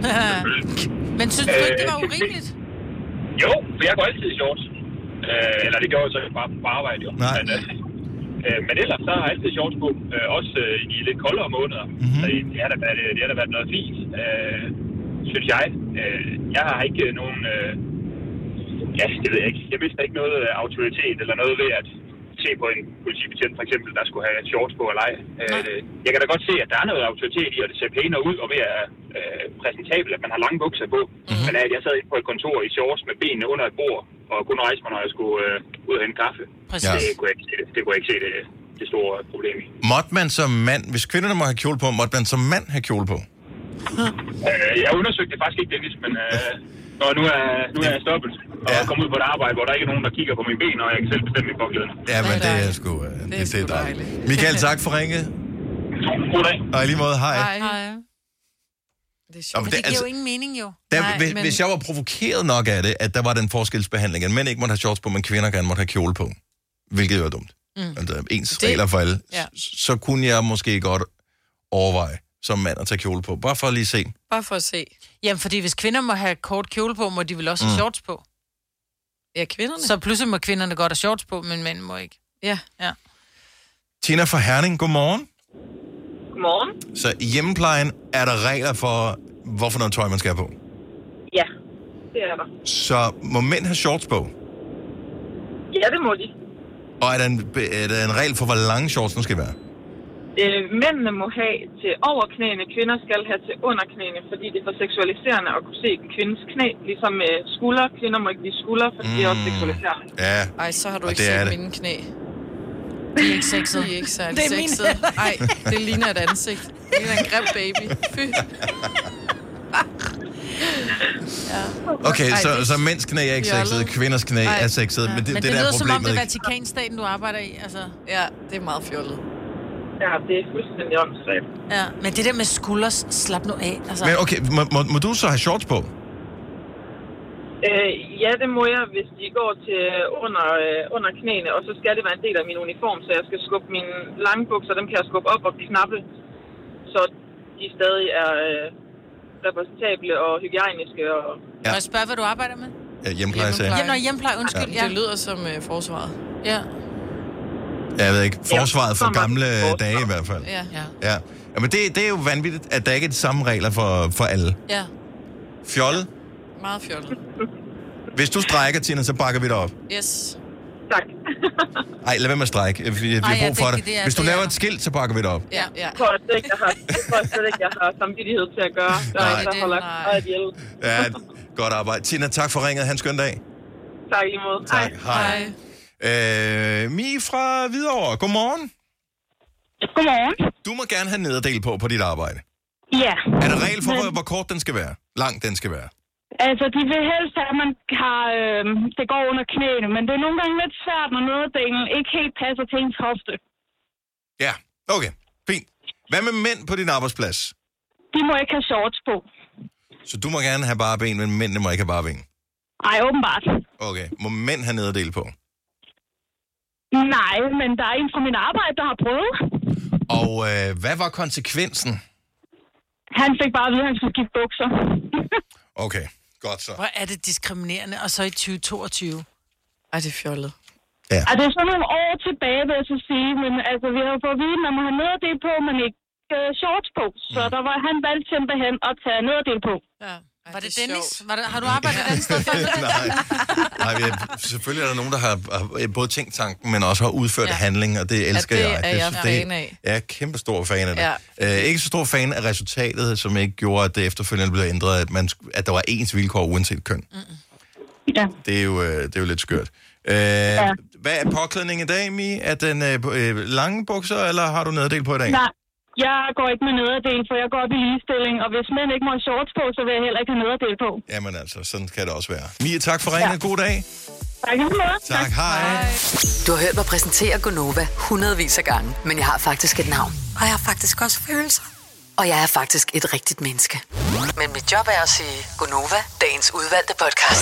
Men synes du ikke, det var urimeligt? Jo, for jeg går altid i shorts. Øh, eller det gjorde jeg så ikke bare på arbejde, jo. Nej. Men, øh, men ellers så har jeg altid shorts på, øh, også øh, i lidt koldere måneder. Mm-hmm. Så det har da været, det har da været noget fint, øh, synes jeg. Øh, jeg har ikke nogen... Øh, ja, det ved jeg ikke. Jeg vidste ikke noget autoritet eller noget ved at se på en politibetjent for eksempel, der skulle have shorts på eller ej. Øh, jeg kan da godt se, at der er noget autoritet i, at det ser pænere ud og ved at øh, præsentabelt, at man har lange bukser på. Mm-hmm. Men at jeg sad inde på et kontor i shorts med benene under et bord og kunne rejse mig, når jeg skulle øh, ud og hente kaffe. Præcis. Det kunne jeg ikke se det, det, kunne jeg ikke se det, det store problem i. Måtte man som mand, hvis kvinderne må have kjole på, måtte man som mand have kjole på? øh, jeg undersøgte det faktisk ikke, Dennis, men øh, når nu er, nu er jeg stoppet og ja. kommet ud på et arbejde, hvor der ikke er nogen, der kigger på mine ben, og jeg kan selv bestemme mit påklædning. Ja, men det er sgu, det, det, det er dejligt. Michael, tak for ringet. God dag. Og i lige måde, hej. Hej. Hej. Det er sjovt. Men det giver altså, jo ingen mening, jo. Der, Nej, hvis, men... hvis jeg var provokeret nok af det, at der var den forskelsbehandling, at mænd ikke måtte have shorts på, men kvinder gerne måtte have kjole på, hvilket jo er dumt. Mm. Altså, ens det... regler for alle. Ja. Så, så kunne jeg måske godt overveje som mand at tage kjole på. Bare for at lige se. Bare for at se. Jamen, fordi hvis kvinder må have kort kjole på, må de vel også have Mm. shorts på? Ja, kvinderne. Så pludselig må kvinderne godt have shorts på, men mænd må ikke. Ja. Ja. Tina fra Herning, godmorgen. Godmorgen. Så i hjemmeplejen er der regler for, hvorfor noget tøj man skal have på. Ja, det er der. Så må mænd have shorts på? Ja, det må de. Og er der en, er der en regel for, hvor lange shortsene skal være? Øh, mændene må have til over knæene, kvinder skal have til under knæene, fordi det er for seksualiserende at kunne se en kvindes knæ, ligesom med skuldre. Kvinder må ikke blive skuldre, fordi mm. det er også seksualiserende. Ja. Ej, så har du Og ikke det er set det. mine knæ. De er ikke sexede. De er ikke særlig Det er mine. sexede. Ej, det ligner et ansigt. Det ligner en grim baby. Fy. Ja. Okay, Ej, så, det er så mænds knæ er ikke fjollet. sexede, kvinders knæ Ej. er sexede, Ja. men det, Men det, det der er lyder som om, problemet det er ikke. Vatikanstaten, du arbejder i. Altså. Ja, det er meget fjollet. Ja, det er fuldstændig åndssvagt. Ja, men det der med skulders, slap nu af. Altså. Men okay, må, må, må du så have shorts på? Øh, ja, det må jeg, hvis de går til under, øh, under knæene, og så skal det være en del af min uniform, så jeg skal skubbe mine lange bukser, dem kan jeg skubbe op og knappe, så de stadig er øh, repræsentable og hygiejniske. Og... Ja. Må jeg spørge, hvad du arbejder med? Ja, hjempleje, sagde jeg. Ja, når hjempleje, undskyld. Ja. Det lyder som øh, forsvaret. Ja. Jeg ved ikke, forsvaret for gamle dage i hvert fald. Ja. Ja. Ja. Ja, men det, det er jo vanvittigt, at der ikke er de samme regler for, for alle. Ja. Fjollet. Meget fjollet. Hvis du strækker, Tina, så bakker vi dig op. Yes. Tak. Ej, lad være med at strække. Vi, vi har brug for det. det er, Hvis du det er. laver et skilt, så bakker vi dig op. Ja, ja. Jeg tror slet ikke, jeg har, jeg tror slet ikke, jeg har samvittighed til at gøre. Så Nej. jeg holder meget ihjel. Ja, godt arbejde. Tina, tak for ringet. Ha' en skøn dag. Tak i måde. Tak. Hej. Hej. Øh, Mi fra Hvidovre. Godmorgen. Godmorgen. Du må gerne have nederdel på på dit arbejde. Ja. Er der regel for, men... hvor, hvor kort den skal være? Lang den skal være? Altså, de vil helst have, at man har, øh, det går under knæene, men det er nogle gange lidt svært, når nederdelen ikke helt passer til ens hofte. Ja, okay. Fint. Hvad med mænd på din arbejdsplads? De må ikke have shorts på. Så du må gerne have bare ben, men mændene må ikke have bare ben? Ej, åbenbart. Okay. Må mænd have nederdel på? Nej, men der er en fra min arbejde, der har prøvet. Og øh, hvad var konsekvensen? Han fik bare at vide, at han skulle skifte bukser. Okay, godt så. Hvor er det diskriminerende, og så i tyve toogtyve. Ej, det er fjollet. Ja. Og det er sådan nogle år tilbage, vil jeg så sige, men altså, vi har jo fået at vide, at man må have nederdel på, men ikke øh, shorts på. Så mm. der var han valgt simpelthen at tage nederdel på. Ja. Var det, det Dennis? Var det, har du arbejdet et andet sted for? Nej, Nej vi er, selvfølgelig er der nogen, der har, har både tænkt tanken, men også har udført ja. handling, og det elsker ja, det jeg. er det jeg synes, fan af. Jeg er kæmpe stor fan af det. Ja. Øh, ikke så stor fan af resultatet, som ikke gjorde, at det efterfølgende blev ændret, at, man, at der var ens vilkår uanset køn. Mm-mm. Ja. Det er jo, det er jo lidt skørt. Øh, ja. Hvad er påklædningen i dag, Mi? Er den øh, lange bukser, eller har du nederdel på i dag? Nej. Jeg går ikke med nederdel, for jeg går op i ligestilling, og hvis mænd ikke må have shorts på, så vil jeg heller ikke have nederdel på. Jamen altså, sådan kan det også være. Mia, tak for ringen. Ja. God dag. Tak, tak. tak. Hej. Hej. Du har hørt mig præsentere Gonova hundredvis af gange, men jeg har faktisk et navn. Og jeg har faktisk også følelser. Og jeg er faktisk et rigtigt menneske. Men mit job er at sige Gonova, dagens udvalgte podcast.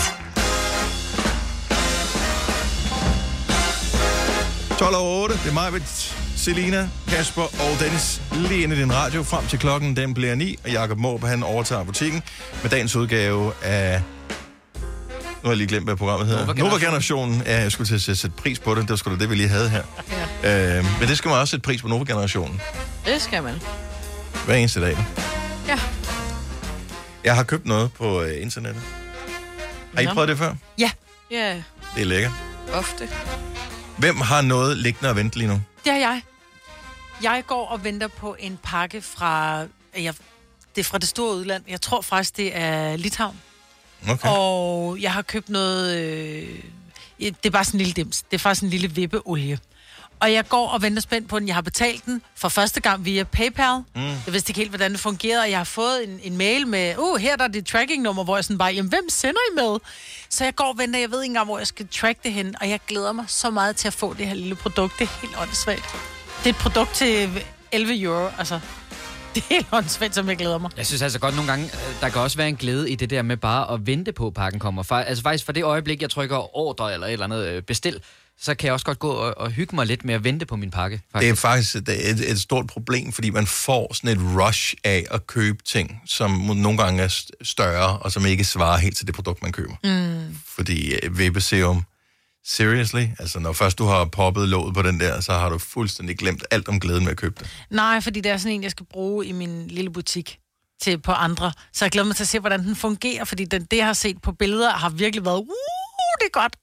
tolv og otte, det er mig, Selina, Kasper og Dennis lige inde i din radio. Frem til klokken, den bliver ni, og Jakob Måb, han overtager butikken med dagens udgave af... Nu har jeg lige glemt, hvad programmet hedder. Nova Generationen. Ja, jeg skulle til at sætte pris på det. Det var sgu da det, vi lige havde her. Ja. Øh, men det skal man også sætte pris på, Nova Generationen. Det skal man. Hver eneste dag. Ja. Jeg har købt noget på uh, internettet. Har I prøvet det før? Ja. Ja. Det er lækkert. Ofte. Hvem har noget liggende og vente lige nu? Det har jeg. Jeg går og venter på en pakke fra... Jeg, det er fra det store udland. Jeg tror faktisk, det er Litauen. Okay. Og jeg har købt noget... Øh, det er bare sådan en lille dims. Det er faktisk en lille vippeolie. Og jeg går og venter spændt på den. Jeg har betalt den for første gang via PayPal. Mm. Jeg vidste ikke helt, hvordan det fungerede. Og jeg har fået en, en mail med, uh, her der er det tracking-nummer, hvor jeg sådan bare, jamen, hvem sender I med? Så jeg går og venter, jeg ved ikke engang, hvor jeg skal track det hen. Og jeg glæder mig så meget til at få det her lille produkt. Det er helt åndssvagt. Det er et produkt til elleve euro, altså. Det er helt åndssvagt, som jeg glæder mig. Jeg synes altså godt nogle gange, der kan også være en glæde i det der med bare at vente på, at pakken kommer. For, altså faktisk for det øjeblik, jeg trykker ordre eller et eller andet bestil, så kan jeg også godt gå og, og hygge mig lidt med at vente på min pakke. Faktisk. Det er faktisk et, et, et stort problem, fordi man får sådan et rush af at købe ting, som nogle gange er større, og som ikke svarer helt til det produkt, man køber. Mm. Fordi uh, vippeserum, seriously, altså når først du har poppet låget på den der, så har du fuldstændig glemt alt om glæden med at købe det. Nej, fordi det er sådan en, jeg skal bruge i min lille butik til på andre. Så jeg glæder mig til at se, hvordan den fungerer, fordi den, det, jeg har set på billeder, har virkelig været, uh, det er godt.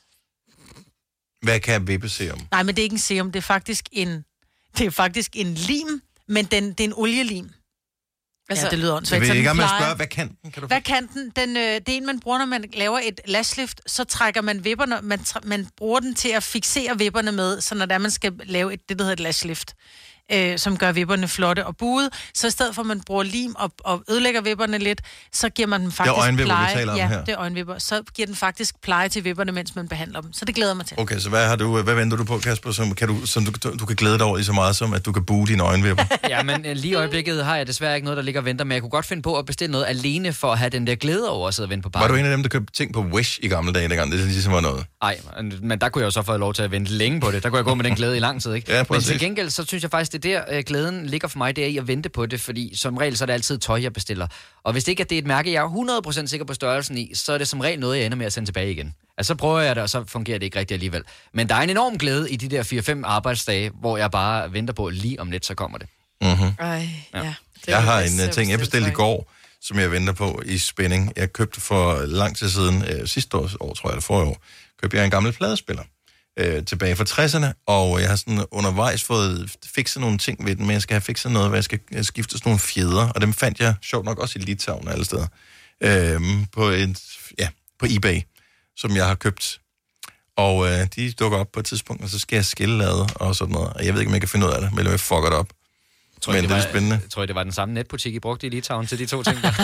Hvad kan vippeserum? Nej, men det er ikke en serum, det er faktisk en, det er faktisk en lim, men den, det er en olielim. Altså, ja, det lyder åndssvagt. Jeg vil ikke med at spørge, hvad kan den? Kan du hvad kan den? den øh, det er en, man bruger, når man laver et lashlift, så trækker man vipperne, man, man bruger den til at fixere vipperne med, så når der man skal lave et, det, der hedder et lashlift. øh, som gør vipperne flotte og buede. Så i stedet for, at man bruger lim og, og ødelægger vipperne lidt, så giver man dem faktisk det er øjenvipper, pleje. vi taler om ja, her. det er øjenvipper. Så giver den faktisk pleje til vipperne, mens man behandler dem. Så det glæder mig til. Okay, så hvad, har du, hvad venter du på, Kasper, som, kan du, som du, du kan glæde dig over i så meget som, at du kan buge dine øjenvipper? Ja, men lige i øjeblikket har jeg desværre ikke noget, der ligger og venter, men jeg kunne godt finde på at bestille noget alene for at have den der glæde over at sidde og vente på pakken. Var du en af dem, der købte ting på Wish i gamle dage, dengang det ligesom var noget? Nej, men der kunne jeg jo så få lov til at vente længe på det. Der kunne jeg gå med den glæde i lang tid, ikke? Ja, men til gengæld, så synes jeg faktisk, det der øh, glæden ligger for mig, det er i at vente på det, fordi som regel, så er det altid tøj, jeg bestiller. Og hvis det ikke er det et mærke, jeg er hundrede procent sikker på størrelsen i, så er det som regel noget, jeg ender med at sende tilbage igen. Altså, så prøver jeg det, og så fungerer det ikke rigtigt alligevel. Men der er en enorm glæde i de der fire fem arbejdsdage, hvor jeg bare venter på, lige om lidt, så kommer det. Mm-hmm. Ej, ja. ja. Jeg har en uh, ting, jeg bestilte i går, som jeg venter på i spænding. Jeg købte for lang tid siden, øh, sidste år, år, tror jeg, eller forrige år, købte jeg en gammel pladespiller øh, tilbage fra tresserne, og jeg har sådan undervejs fået fikset nogle ting ved den, men jeg skal have fikset noget, hvor jeg skal skifte sådan nogle fjeder, og dem fandt jeg sjovt nok også i Litauen alle steder, øh, på, et, ja, på eBay, som jeg har købt. Og øh, de dukker op på et tidspunkt, og så skal jeg skillelade og sådan noget, og jeg ved ikke, om jeg kan finde ud af det, men jeg fucker det op. Tror jeg, men det, det er spændende. Jeg tror, det var den samme netbutik, I brugte i Litauen til de to ting der.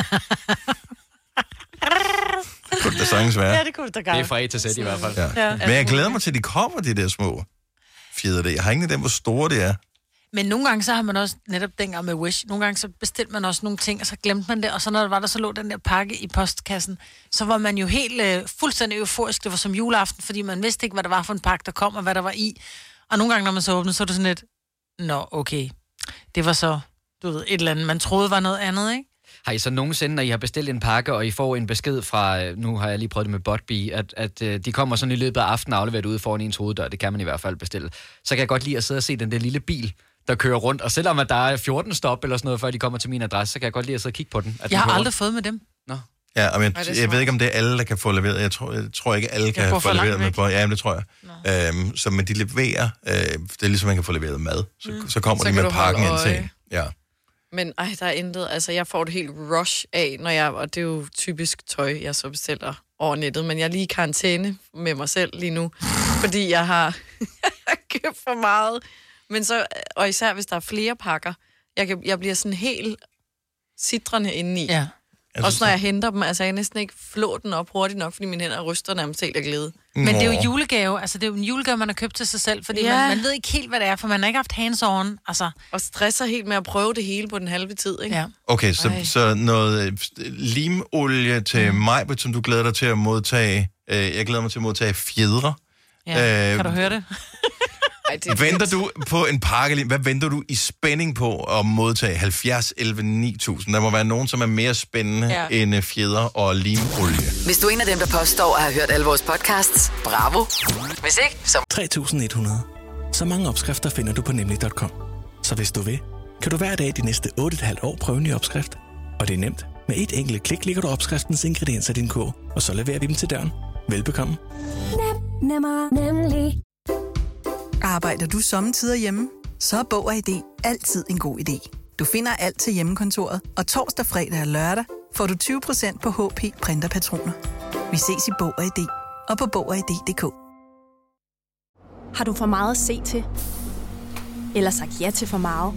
Det kunne det sagtens være. Ja, det kunne det da godt. Det er fra A til Z i hvert fald. Ja. Ja. Men jeg glæder mig til, at de kommer, de der små fjeder der. Jeg har ingen af dem, hvor store det er. Men nogle gange så har man også, netop dengang med Wish, nogle gange så bestilte man også nogle ting, og så glemte man det, og så når der var der, så lå den der pakke i postkassen, så var man jo helt øh, fuldstændig euforisk. Det var som juleaften, fordi man vidste ikke, hvad der var for en pakke, der kom, og hvad der var i. Og nogle gange, når man så åbnede, så var det sådan lidt, nå, okay, det var så, du ved, et eller andet, man troede var noget andet, ikke? Har I så nogensinde, når I har bestilt en pakke, og I får en besked fra, nu har jeg lige prøvet det med Botbee, at, at de kommer sådan i løbet af aftenen og afleverer ude foran ens hoveddør, det kan man i hvert fald bestille, så kan jeg godt lide at sidde og se den der lille bil, der kører rundt, og selvom at der er fjorten stop eller sådan noget, før de kommer til min adresse, så kan jeg godt lide at sidde og kigge på den. At jeg har aldrig rundt. fået med dem. Nå. Ja, men jeg, jeg ved ikke, om det er alle, der kan få leveret. Jeg tror, jeg tror ikke, alle kan få leveret med på. Ja, det tror jeg. Øhm, så men de leverer, øh, det er ligesom, man kan få leveret mad. Så, mm. så kommer så de med pakken ind til. Ja. Men ej, der er intet. Altså, jeg får det helt rush af, når jeg, og det er jo typisk tøj, jeg så bestiller over nettet, men jeg er lige i karantæne med mig selv lige nu, fordi jeg har, jeg har købt for meget. Men så, og især hvis der er flere pakker, jeg, kan, jeg bliver sådan helt sidrende indeni. Ja. Også når jeg henter dem, altså jeg kan næsten ikke flå den op hurtigt nok, fordi mine hænder ryster nærmest helt af glæde. Men det er jo julegave, altså det er jo en julegave, man har købt til sig selv, fordi ja. man, man ved ikke helt, hvad det er, for man har ikke haft hands-on, altså. Og stresser helt med at prøve det hele på den halve tid, ikke? Ja. Okay, så, så noget limolie til mm. mig, som du glæder dig til at modtage. Øh, jeg glæder mig til at modtage fjedre. Ja, øh, kan du høre det? Ej, det venter du på en pakke? Hvad venter du i spænding på at modtage? halvfjerds elleve ni tusind. Der må være nogen, som er mere spændende ja. end fjeder og limolie. Hvis du er en af dem, der påstår at have hørt alle vores podcasts, bravo. Hvis ikke, så... tre tusind et hundrede. Så mange opskrifter finder du på nemlig punktum com. Så hvis du vil, kan du hver dag de næste otte komma fem år prøve en ny opskrift. Og det er nemt. Med et enkelt klik ligger du opskriftens ingredienser i din kog, og så leverer vi dem til døren. Velbekomme. Nem, nemmer, nemlig. Arbejder du sommetider hjemme? Så er Bog og I D altid en god idé. Du finder alt til hjemmekontoret, og torsdag, fredag og lørdag får du tyve procent på H P printerpatroner. Vi ses i Bog og I D og på bog og i d punktum d k. Har du for meget at se til? Eller sagt ja til for meget?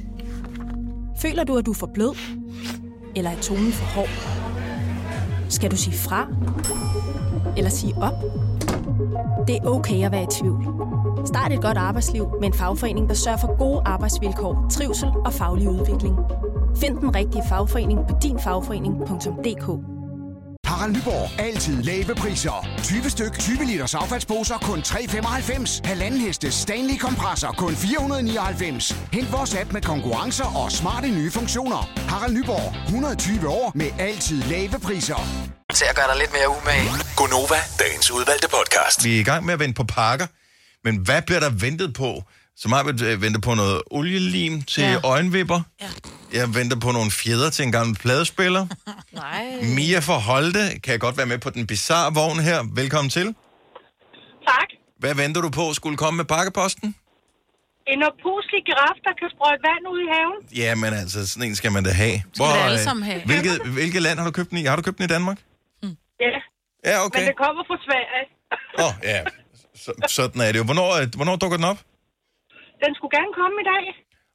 Føler du, at du er for blød? Eller er tonen for hård? Skal du sige fra? Eller sige op? Det er okay at være i tvivl. Start et godt arbejdsliv med en fagforening, der sørger for gode arbejdsvilkår, trivsel og faglig udvikling. Find den rigtige fagforening på din fagforening punktum d k. Harald Nyborg. Altid lave priser. tyve styk, tyve liters affaldsposer kun tre komma femoghalvfems. Halvanden heste Stanley kompresser kun fire hundrede nioghalvfems. Hent vores app med konkurrencer og smarte nye funktioner. Harald Nyborg. hundrede og tyve år med altid lave priser. Til at gøre dig lidt mere umage. Gonova, dagens udvalgte podcast. Vi er i gang med at vente på pakker, men hvad bliver der ventet på? Så har vi ventet på noget olielim til ja. øjenvipper. Ja. Jeg venter på nogle fjeder til en gammel pladespiller. Nej. Mia fra Holte kan godt være med på den bizarre vogn her. Velkommen til. Tak. Hvad venter du på skulle komme med pakkeposten? En oppuslig giraf, der kan sprøjte vand ud i haven. Ja, men altså, sådan en skal man da have. Skal Hvor, det alle sammen have. Hvilket, hvilket land har du købt den i? Har du købt den i Danmark? Mm. Ja. Ja, okay. Men det kommer fra Sverige. Åh, oh, ja. Så, sådan er det jo. Hvornår, hvornår dukker den op? Den skulle gerne komme i dag.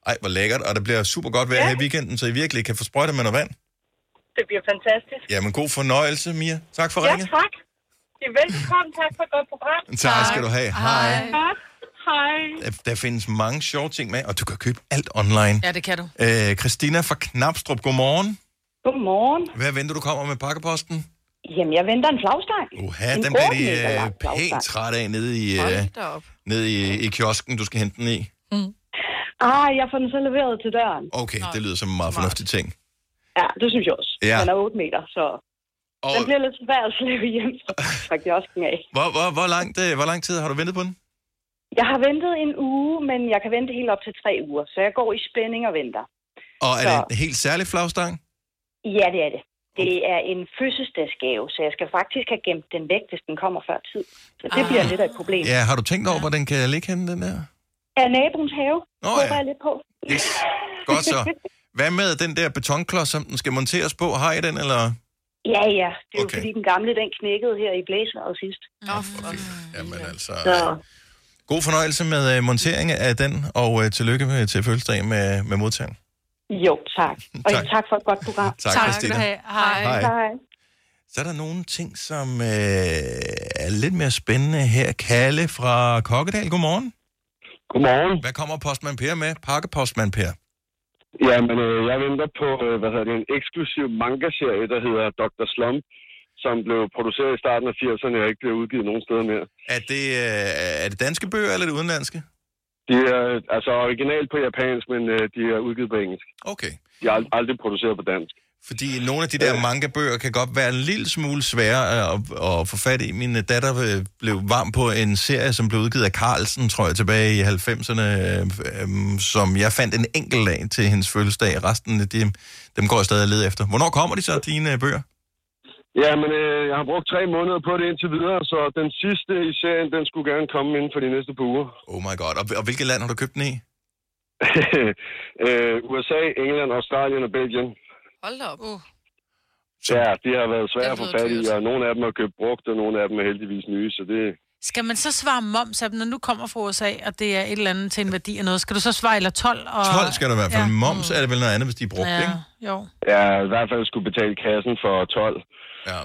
Ej, hvor lækkert, og det bliver super godt vejr ja. her i weekenden, så I virkelig kan få sprøjtet med noget vand. Det bliver fantastisk. Jamen, god fornøjelse, Mia. Tak for Ja, ringet. tak. I er velkommen. Tak for et godt program. Tak skal du have. Hej. Tak. Hej. Der, der findes mange sjove ting med, og du kan købe alt online. Ja, det kan du. Øh, Christina fra Knabstrup, godmorgen. Godmorgen. Hvad venter du kommer med pakkeposten? Jamen, jeg venter en flagstang. Uha, En den bliver otte meter de lang øh, flagstang. pænt træt af nede i, øh, nede i, i kiosken, du skal hente den i. Mm. Ah, jeg får den så leveret til døren. Okay, det lyder som en meget fornuftig ting. Ja, det synes jeg også. Ja. Den er otte meter, så Og... den bliver lidt svær at slæve hjem fra kiosken af. Hvor, hvor, hvor, langt, øh, hvor lang tid har du ventet på den? Jeg har ventet en uge, men jeg kan vente helt op til tre uger, så jeg går i spænding og venter. Og er så... det en helt særlig flagstang? Ja, det er det. Det er en fødselsdagsgave, så jeg skal faktisk have gemt den væk, hvis den kommer før tid. Så det ah. bliver lidt af et problem. Ja, har du tænkt over, hvor den kan ligge henne, den der? Ja, naboens have. Nå, håber ja. jeg lidt på. Yes. Godt så. Hvad med den der betonklods, som den skal monteres på? Har I den, eller? Ja, ja. Det er Okay. jo fordi, den gamle, den knækkede her i blæsvejret sidst. Oh, Jamen altså... Så... God fornøjelse med uh, montering af den, og uh, tillykke med, til fødselsdagen med, med modtagen. Jo, tak. Og Tak. tak for et godt program. Tak, tak Christina. Hej. Hej. Hej. Så er der nogle ting, som øh, er lidt mere spændende her. Kalle fra Kokkedal, godmorgen. Godmorgen. Hvad kommer Postman Per med? Pakkepostman Per. Jamen, øh, jeg venter på, øh, hvad hedder det, en eksklusiv manga-serie, der hedder doktor Slump, som blev produceret i starten af firserne og ikke blev udgivet nogen steder mere. Er det, øh, er det danske bøger, eller er det udenlandske? De er altså originalt på japansk, men øh, de er udgivet på engelsk. Okay. De er ald- aldrig produceret på dansk. Fordi nogle af de der manga-bøger kan godt være en lille smule svære at, at få fat i. Min datter øh, blev varm på en serie, som blev udgivet af Carlsen, tror jeg, tilbage i halvfemserne, øh, øh, som jeg fandt en enkelt af til hendes fødselsdag. Resten, de, dem går jeg stadig og leder efter. Hvornår kommer de så, dine øh, bøger? Ja, men øh, jeg har brugt tre måneder på det indtil videre, så den sidste i serien, den skulle gerne komme inden for de næste par uger. Oh my god. Og, og hvilket land har du købt den i? øh, U S A, England, Australien og Belgien. Hold da op. Uh. Ja, de har været svære at få fat i, og nogle af dem har købt brugt, og nogle af dem er heldigvis nye, så det... Skal man så svare moms af dem, når nu kommer fra U S A, og det er et eller andet til en værdi af noget? Skal du så svare, eller tolv? Og... tolv skal der i hvert fald. Ja. Moms er det vel noget andet, hvis de er brugt, ja. ikke? Jo. Ja, i hvert fald skulle betale kassen for tolv. Ja.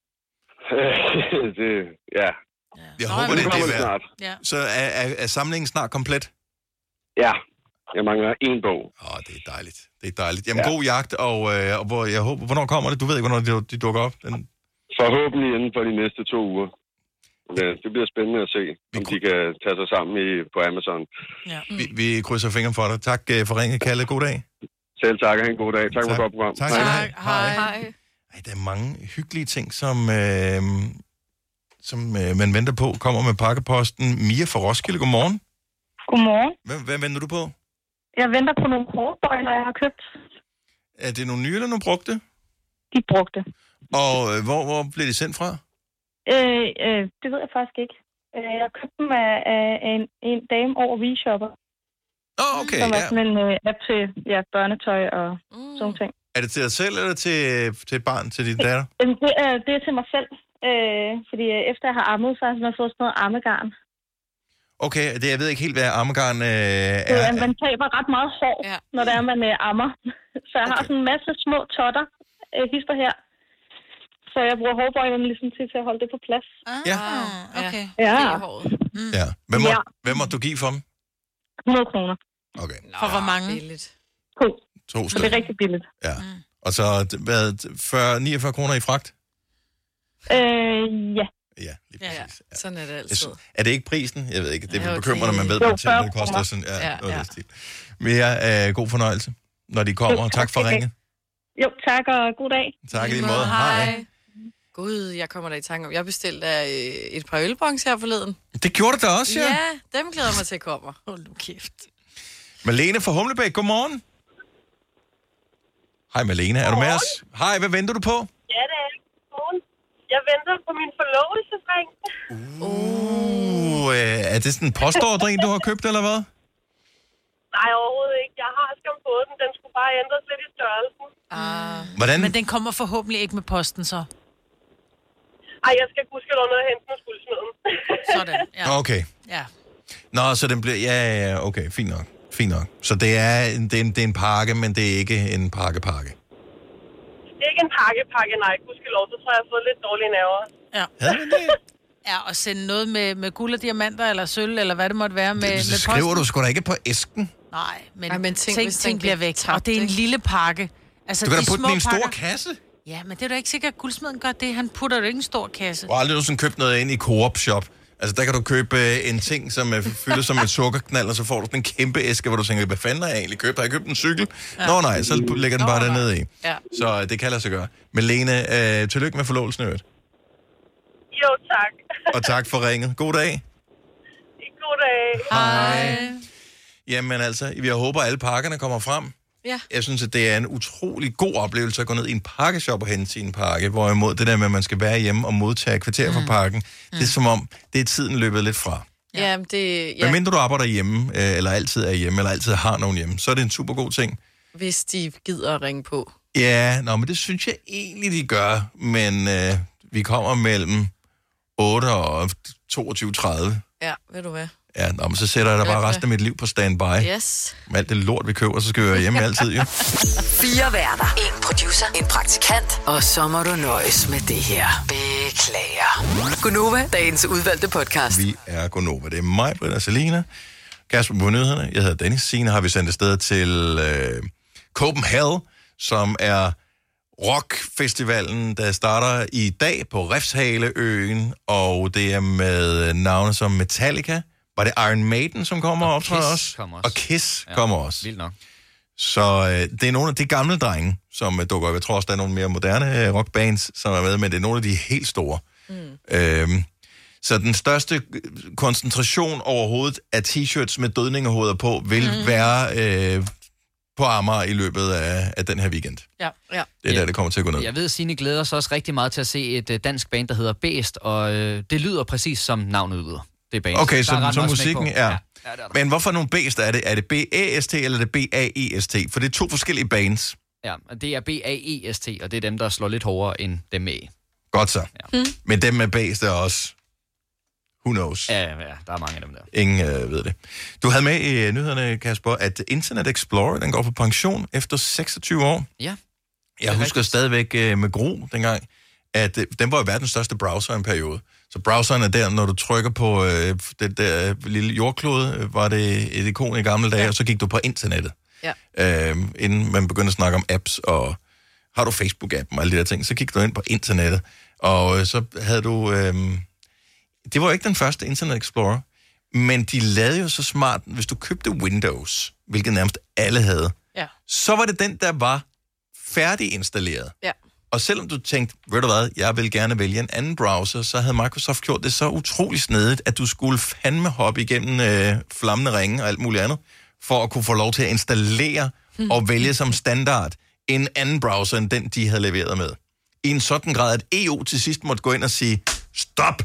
det, ja. Jeg Nå, håber, men det er det det kommer værd. snart. Ja. Så er, er, er samlingen snart komplet? Ja. Jeg mangler en bog. Åh, oh, det er dejligt. Det er dejligt. Jamen, ja. God jagt, og, øh, og hvor, jeg håber, hvornår kommer det? Du ved ikke, hvornår de, de dukker op? Den... Forhåbentlig inden for de næste to uger. Ja, det bliver spændende at se, om de kan tage sig sammen i, på Amazon. Ja. Vi, vi krydser fingre for dig. Tak øh, for ringet, Kalle. God dag. Selv tak, og have en god dag. Tak, tak. for et godt program. Tak. Hej. Hej. Hej. Ej, der er mange hyggelige ting, som, øh, som øh, man venter på. Kommer med pakkeposten. Mia fra Roskilde, godmorgen. Godmorgen. Hvad, hvad venter du på? Jeg venter på nogle kortbøjler, jeg har købt. Er det nogle nye eller nogle brugte? De brugte. Og øh, hvor, hvor bliver de sendt fra? Øh, øh, det ved jeg faktisk ikke. Øh, Jeg købte dem af, af en, en dame over WeShopper. Åh, oh, okay, Som er ja. sådan en uh, app til ja, børnetøj og mm. sådan ting. Er det til dig selv, eller til, til et barn, til din datter? Øh, Det er, det er til mig selv. Øh, fordi øh, efter jeg har ammet, så har jeg simpelthen fået sådan noget ammegarn. Okay, det, jeg ved ikke helt, hvad ammegarn øh, Det er. er, man taber ret meget hår, ja. Når det er, man øh, ammer. Så jeg okay. har sådan en masse små totter, øh, hister her. Så jeg bruger hårbøjlerne ligesom til, til at holde det på plads. Ja. Okay. Ja. Mm. Ja. Hvad må, Ja. hvad må du give for dem? hundrede kroner. Okay. For hvor mange? To. To Så det er rigtig billigt. Ja. Og så, hvad, fyrre, niogfyrre kroner i fragt? Øh, ja. Ja, lige præcis. Ja, sådan er det altid. Er det ikke prisen? Jeg ved ikke. Det Jo, er bekymrende, det- man ved, Jo, hvad ting fyrre det koster. Sådan, ja, Ja, noget ja. af den stil. Mere øh, god fornøjelse, når de kommer. Jo, Tak for tak. ringet. Jo, tak og god dag. Tak i lige måde. Hej. Gud, jeg kommer da i tanke om. Jeg bestilte øh, et par ølbongs her forleden. Det gjorde du da også, ja. Ja, dem glæder jeg mig til at komme. Hold nu kæft. Malene fra Humlebæk, godmorgen. Hej Malene, er du med os? Hej, hvad venter du på? Ja, det er jeg. Jeg venter på min forlovelsesring. Uh, øh, er det sådan en postordre, du har købt, eller hvad? Nej, overhovedet ikke. Jeg har skam fået den. Den skulle bare ændres lidt i størrelsen. Ah. Hvordan? Men den kommer forhåbentlig ikke med posten, så. Ej, jeg skal huske at ned og hente den og skulle smide den. Sådan, ja. Okay. Ja. Nå, så den bliver... Ja, ja, ja, okay, fint nok. Fint nok. Så det er, en, det, er en, det er en pakke, men det er ikke en pakke-pakke. Det er ikke en pakke-pakke, nej. Gudskelov, så tror jeg, jeg har fået lidt dårlige nerver. Ja. Ja, og sende noget med, med guld og diamanter, eller sølv, eller hvad det måtte være med, Det, med det posten. skriver du sgu da ikke på æsken. Nej, men, Ej, men tænk, ting, hvis ting den bliver bliver væk. tabt, Og det er en ikke? lille pakke. Altså, Du kan de da putte små den i en stor pakker- kasse. Ja, men det er da ikke sikkert, at guldsmeden gør det. Han putter det ikke i en stor kasse. Du har aldrig nogensinde købt noget ind i Coop Shop. Altså, der kan du købe øh, en ting, som er fyldt som et sukkerknald, og så får du sådan en kæmpe æske, hvor du tænker, hvad fanden har jeg egentlig købt? Har jeg købt en cykel? Ja. Nå nej, så lægger den bare Nå, dernede i. Ja. Så øh, det kan lade sig gøre. Men Lene, øh, tillykke med forlovelsen i øvrigt. Jo, tak. Og tak for ringet. God dag. God dag. Hej. Jamen altså, jeg håber, at alle pakkerne kommer frem. Ja. Jeg synes, at det er en utrolig god oplevelse at gå ned i en pakkeshop og hente sin pakke, hvorimod det der med, at man skal være hjemme og modtage kvarter for pakken, mm. det er som om, det er tiden løbet lidt fra. Ja, det... Ja. Ja, Men mindre du arbejder hjemme, øh, eller altid er hjemme, eller altid har nogen hjemme, så er det en super god ting. hvis de gider at ringe på. Ja, nå, men det synes jeg egentlig, de gør, men øh, vi kommer mellem otte og toogtyve tredive. Ja, ved du hvad? Ja, nå, men så sætter jeg da bare resten af mit liv på standby. Yes. Med alt det lort, vi køber, så skal vi være hjemme altid, jo. Fire værter. En producer. En praktikant. Og så må du nøjes med det her. Beklager. Gunova, dagens udvalgte podcast. Vi er Gunova. Det er mig, Britta og Selina. Kasper på nyhederne. Jeg hedder Dennis. Signe har vi sendt afsted til øh, Copenhagen, som er rockfestivalen, der starter i dag på Refshaleøen, og det er med navne som Metallica. Var det Iron Maiden, som kommer og optræder også? Kommer også? Og Kiss ja, kommer også. Vildt nok. Så øh, det er nogle af de gamle drenge, som øh, dukker op. Jeg tror også, der er nogle mere moderne øh, rockbands, som er med, men det er nogle af de helt store. Mm. Øhm, så den største koncentration overhovedet af t-shirts med dødningehoveder på, vil mm. være øh, på Amager i løbet af, af den her weekend. Ja, ja. Det er ja. der, det kommer til at gå ned. Jeg ved, at Signe glæder sig også rigtig meget til at se et uh, dansk band, der hedder Bæst, og øh, det lyder præcis som navnet lyder. Det er band. Okay, så, så, så musikken er... Ja. Ja, det er men hvorfor nogle Bæst er det? Er det B A S T eller er det B A E S T? For det er to forskellige bands. Ja, det er B A E S T, og det er dem, der slår lidt hårdere end dem med E. Godt så. Ja. Hmm. Men dem med Bæst er også... Who knows? Ja, ja, der er mange af dem der. Ingen øh, ved det. Du havde med i nyhederne, Kasper, at Internet Explorer, den går på pension efter seksogtyve år. Ja. Jeg husker rigtigt. stadigvæk øh, med gru dengang, at øh, den var jo verdens største browser i en periode. Så browseren er der, når du trykker på øh, det der lille jordklode, øh, var det et ikon i gamle dage, ja. og så gik du på internettet. Ja. Øh, inden man begyndte at snakke om apps, og har du Facebook-appen og alle de der ting, så gik du ind på internettet, og øh, så havde du... Øh, det var jo ikke den første Internet Explorer, men de lavede jo så smart, hvis du købte Windows, hvilket nærmest alle havde, ja. så var det den, der var færdiginstalleret. Ja. Og selvom du tænkte, ved du hvad, jeg vil gerne vælge en anden browser, så havde Microsoft gjort det så utrolig snedigt, at du skulle fandme hoppe igennem øh, flammende ringe og alt muligt andet, for at kunne få lov til at installere hmm. og vælge som standard en anden browser, end den, de havde leveret med. I en sådan grad, at E U til sidst måtte gå ind og sige, stop!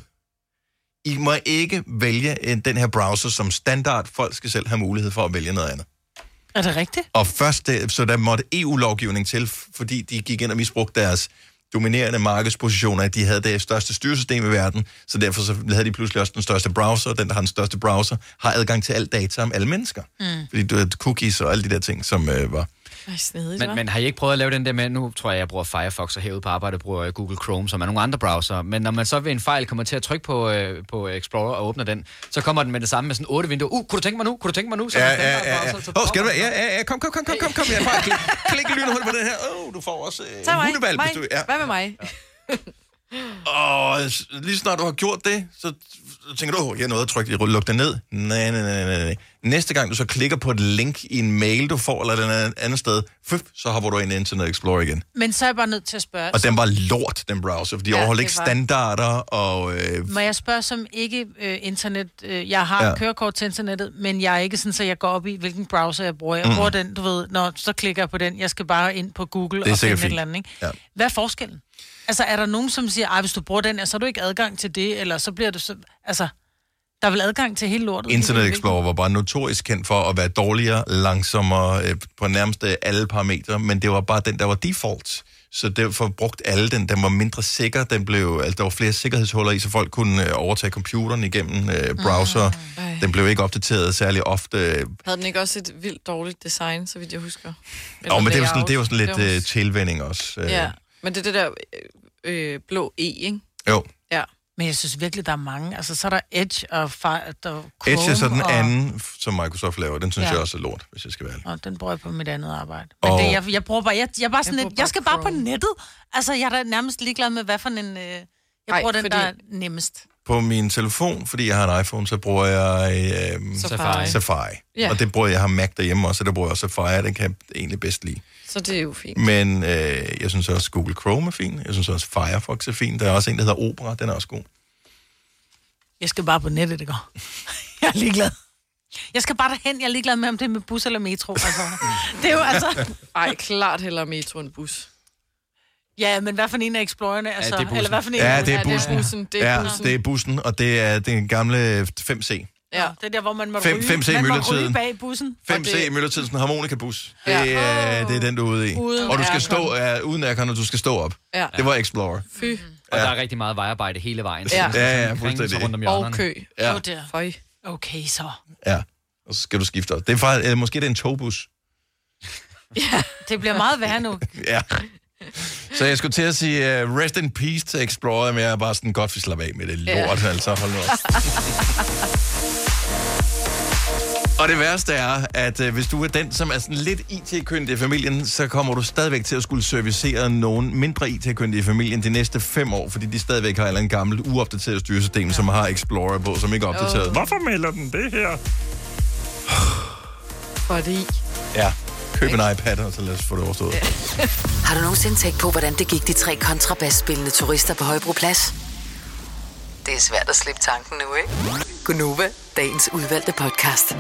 I må ikke vælge den her browser som standard. Folk skal selv have mulighed for at vælge noget andet. Er det rigtigt? Og først, så der måtte E U-lovgivning til, fordi de gik ind og misbrugte deres dominerende markedspositioner, at de havde det største styresystem i verden, så derfor så havde de pludselig også den største browser, og den, der har den største browser, har adgang til al data om alle mennesker. Mm. Fordi du havde cookies og alle de der ting, som øh, var... Men, men har I ikke prøvet at lave den der med, nu tror jeg, jeg bruger Firefox, og herude på arbejde bruger jeg Google Chrome, som er nogle andre browser, men når man så ved en fejl kommer til at trykke på, øh, på Explorer og åbner den, så kommer den med det samme med sådan otte vinduer. Uh, kunne du tænke mig nu? Kunne du tænke mig nu? Så ja, ja, ja, ja. Åh, oh, skal du være? Ja, ja, ja, kom, kom, kom, kom, kom, kom, jeg bare klik, klik lynhurtigt på den her. Åh, oh, du får også øh, en hundevalg, hvis du... Ja. Hvad med mig? Ja. Og lige snart du har gjort det, så tænker du, åh, jeg nåede at trykke, luk den ned. Nej, nej, nej, nej. Næste gang du så klikker på et link i en mail, du får, eller et andet sted, fyf, så hopper du ind i Internet Explorer igen. Men så er jeg bare nødt til at spørge. Og den var lort, den browser, for de ja, overholdt ikke standarder, og... Øh... Må jeg spørge som ikke øh, internet... Øh, jeg har ja. kørekort til internettet, men jeg er ikke sådan, så jeg går op i, hvilken browser jeg bruger. Jeg mm. bruger den, du ved, når så klikker jeg på den. Jeg skal bare ind på Google og finde et eller andet, ikke? Ja. Hvad er forskellen? Altså, er der nogen, som siger, ej, hvis du bruger den, så har du ikke adgang til det, eller så bliver du så... Altså, der er vel adgang til hele lortet? Internet Explorer var bare notorisk kendt for at være dårligere, langsommere øh, på nærmest alle parametre, men det var bare den, der var default. så derfor brugte alle den. Den var mindre sikker, den blev, altså, der var flere sikkerhedshuller i, så folk kunne øh, overtage computeren igennem øh, browser. Mm. Den blev ikke opdateret særlig ofte. Havde den ikke også et vildt dårligt design, så vidt jeg husker? Eller jo, men det var sådan, det var sådan lidt var... øh, tilvænning også. Øh. Ja, men det er det der øh, blå E, ikke? Jo. Ja. Men jeg synes virkelig, der er mange. Altså, så er der Edge og Fire, der Chrome. Edge er så den og... anden, som Microsoft laver. Den synes ja. jeg også er lort, hvis jeg skal være ærlig. Og den bruger jeg på mit andet arbejde. Men og... det, jeg, jeg bruger bare, jeg, jeg, er bare sådan jeg, et, jeg skal bare Chrome. På nettet. Altså, jeg er da nærmest ligeglad med, hvad for en... Øh, jeg Ej, bruger den, fordi... der er nemmest. På min telefon, fordi jeg har en iPhone, så bruger jeg øh, Safari. Safari. Ja. Og det bruger jeg, jeg har Mac derhjemme også, så der bruger jeg også Safari, den kan jeg egentlig bedst lide. Så det er jo fint. Men øh, jeg synes også, Google Chrome er fin. Jeg synes også, Firefox er fin. Der er også en, der hedder Opera, den er også god. Jeg skal bare på nettet, det går. Jeg er ligeglad. Jeg skal bare derhen, jeg er ligeglad med, om det er med bus eller metro. Altså. Det er jo altså... Ej, klart hellere metro end bus. Ja, men hvad for en af Explorerne? Altså, ja, det er eller hvad for en ja, det er bussen. Ja, det er bussen. Det er ja, bussen. det er bussen, og det er den gamle fem C. Ja, det er der, hvor man må fem, ryge. fem C man må myldretiden. ryge bag bussen. fem C det... i myldretiden, sådan en harmonikabus. Det, ja. er, det er den, du er ude i. Uden og du skal aircon. stå uh, uden aircon, og du skal stå op. Ja. Det var Explorer. Fy. Og ja. der er rigtig meget vejarbejde hele vejen. Ja, ja, ja, fuldstændig. Rundt om og kø. Ja. Oh, der. Føj. Okay, så. Ja, og så skal du skifte op. Det er faktisk, uh, måske det er en togbus. Ja, det bliver meget værre nu. Ja. Så jeg skulle til at sige uh, rest in peace til Explorer, men jeg er bare sådan godt for slappe af med det lort, ja. Altså hold nu op. Og det værste er, at øh, hvis du er den, som er sådan lidt I T-kyndig i familien, så kommer du stadigvæk til at skulle servicere nogen mindre I T-kyndige i familien de næste fem år, fordi de stadigvæk har et eller andet gammelt, uopdateret styresystem, ja. Som har Explorer på, som ikke er opdateret. Oh. Hvorfor melder den det her? Fordi... Ja, køb en iPad, og så lad os få det overstået. Ja. Har du nogensinde tænkt på, hvordan det gik de tre kontrabasspillende turister på Højbroplads? Det er svært at slippe tanken nu, ikke? Gunova, dagens udvalgte podcast.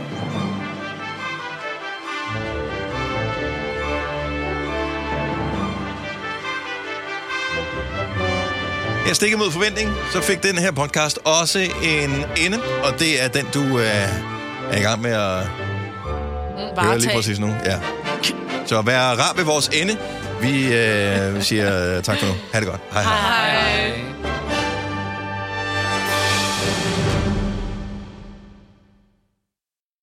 Jeg stikker mod forventning, så fik den her podcast også en ende, og det er den, du øh, er i gang med at mm, høre lige præcis nu. Ja. Så vær rar ved vores ende. Vi øh, siger tak for nu. Ha' det godt. Hej hej. hej.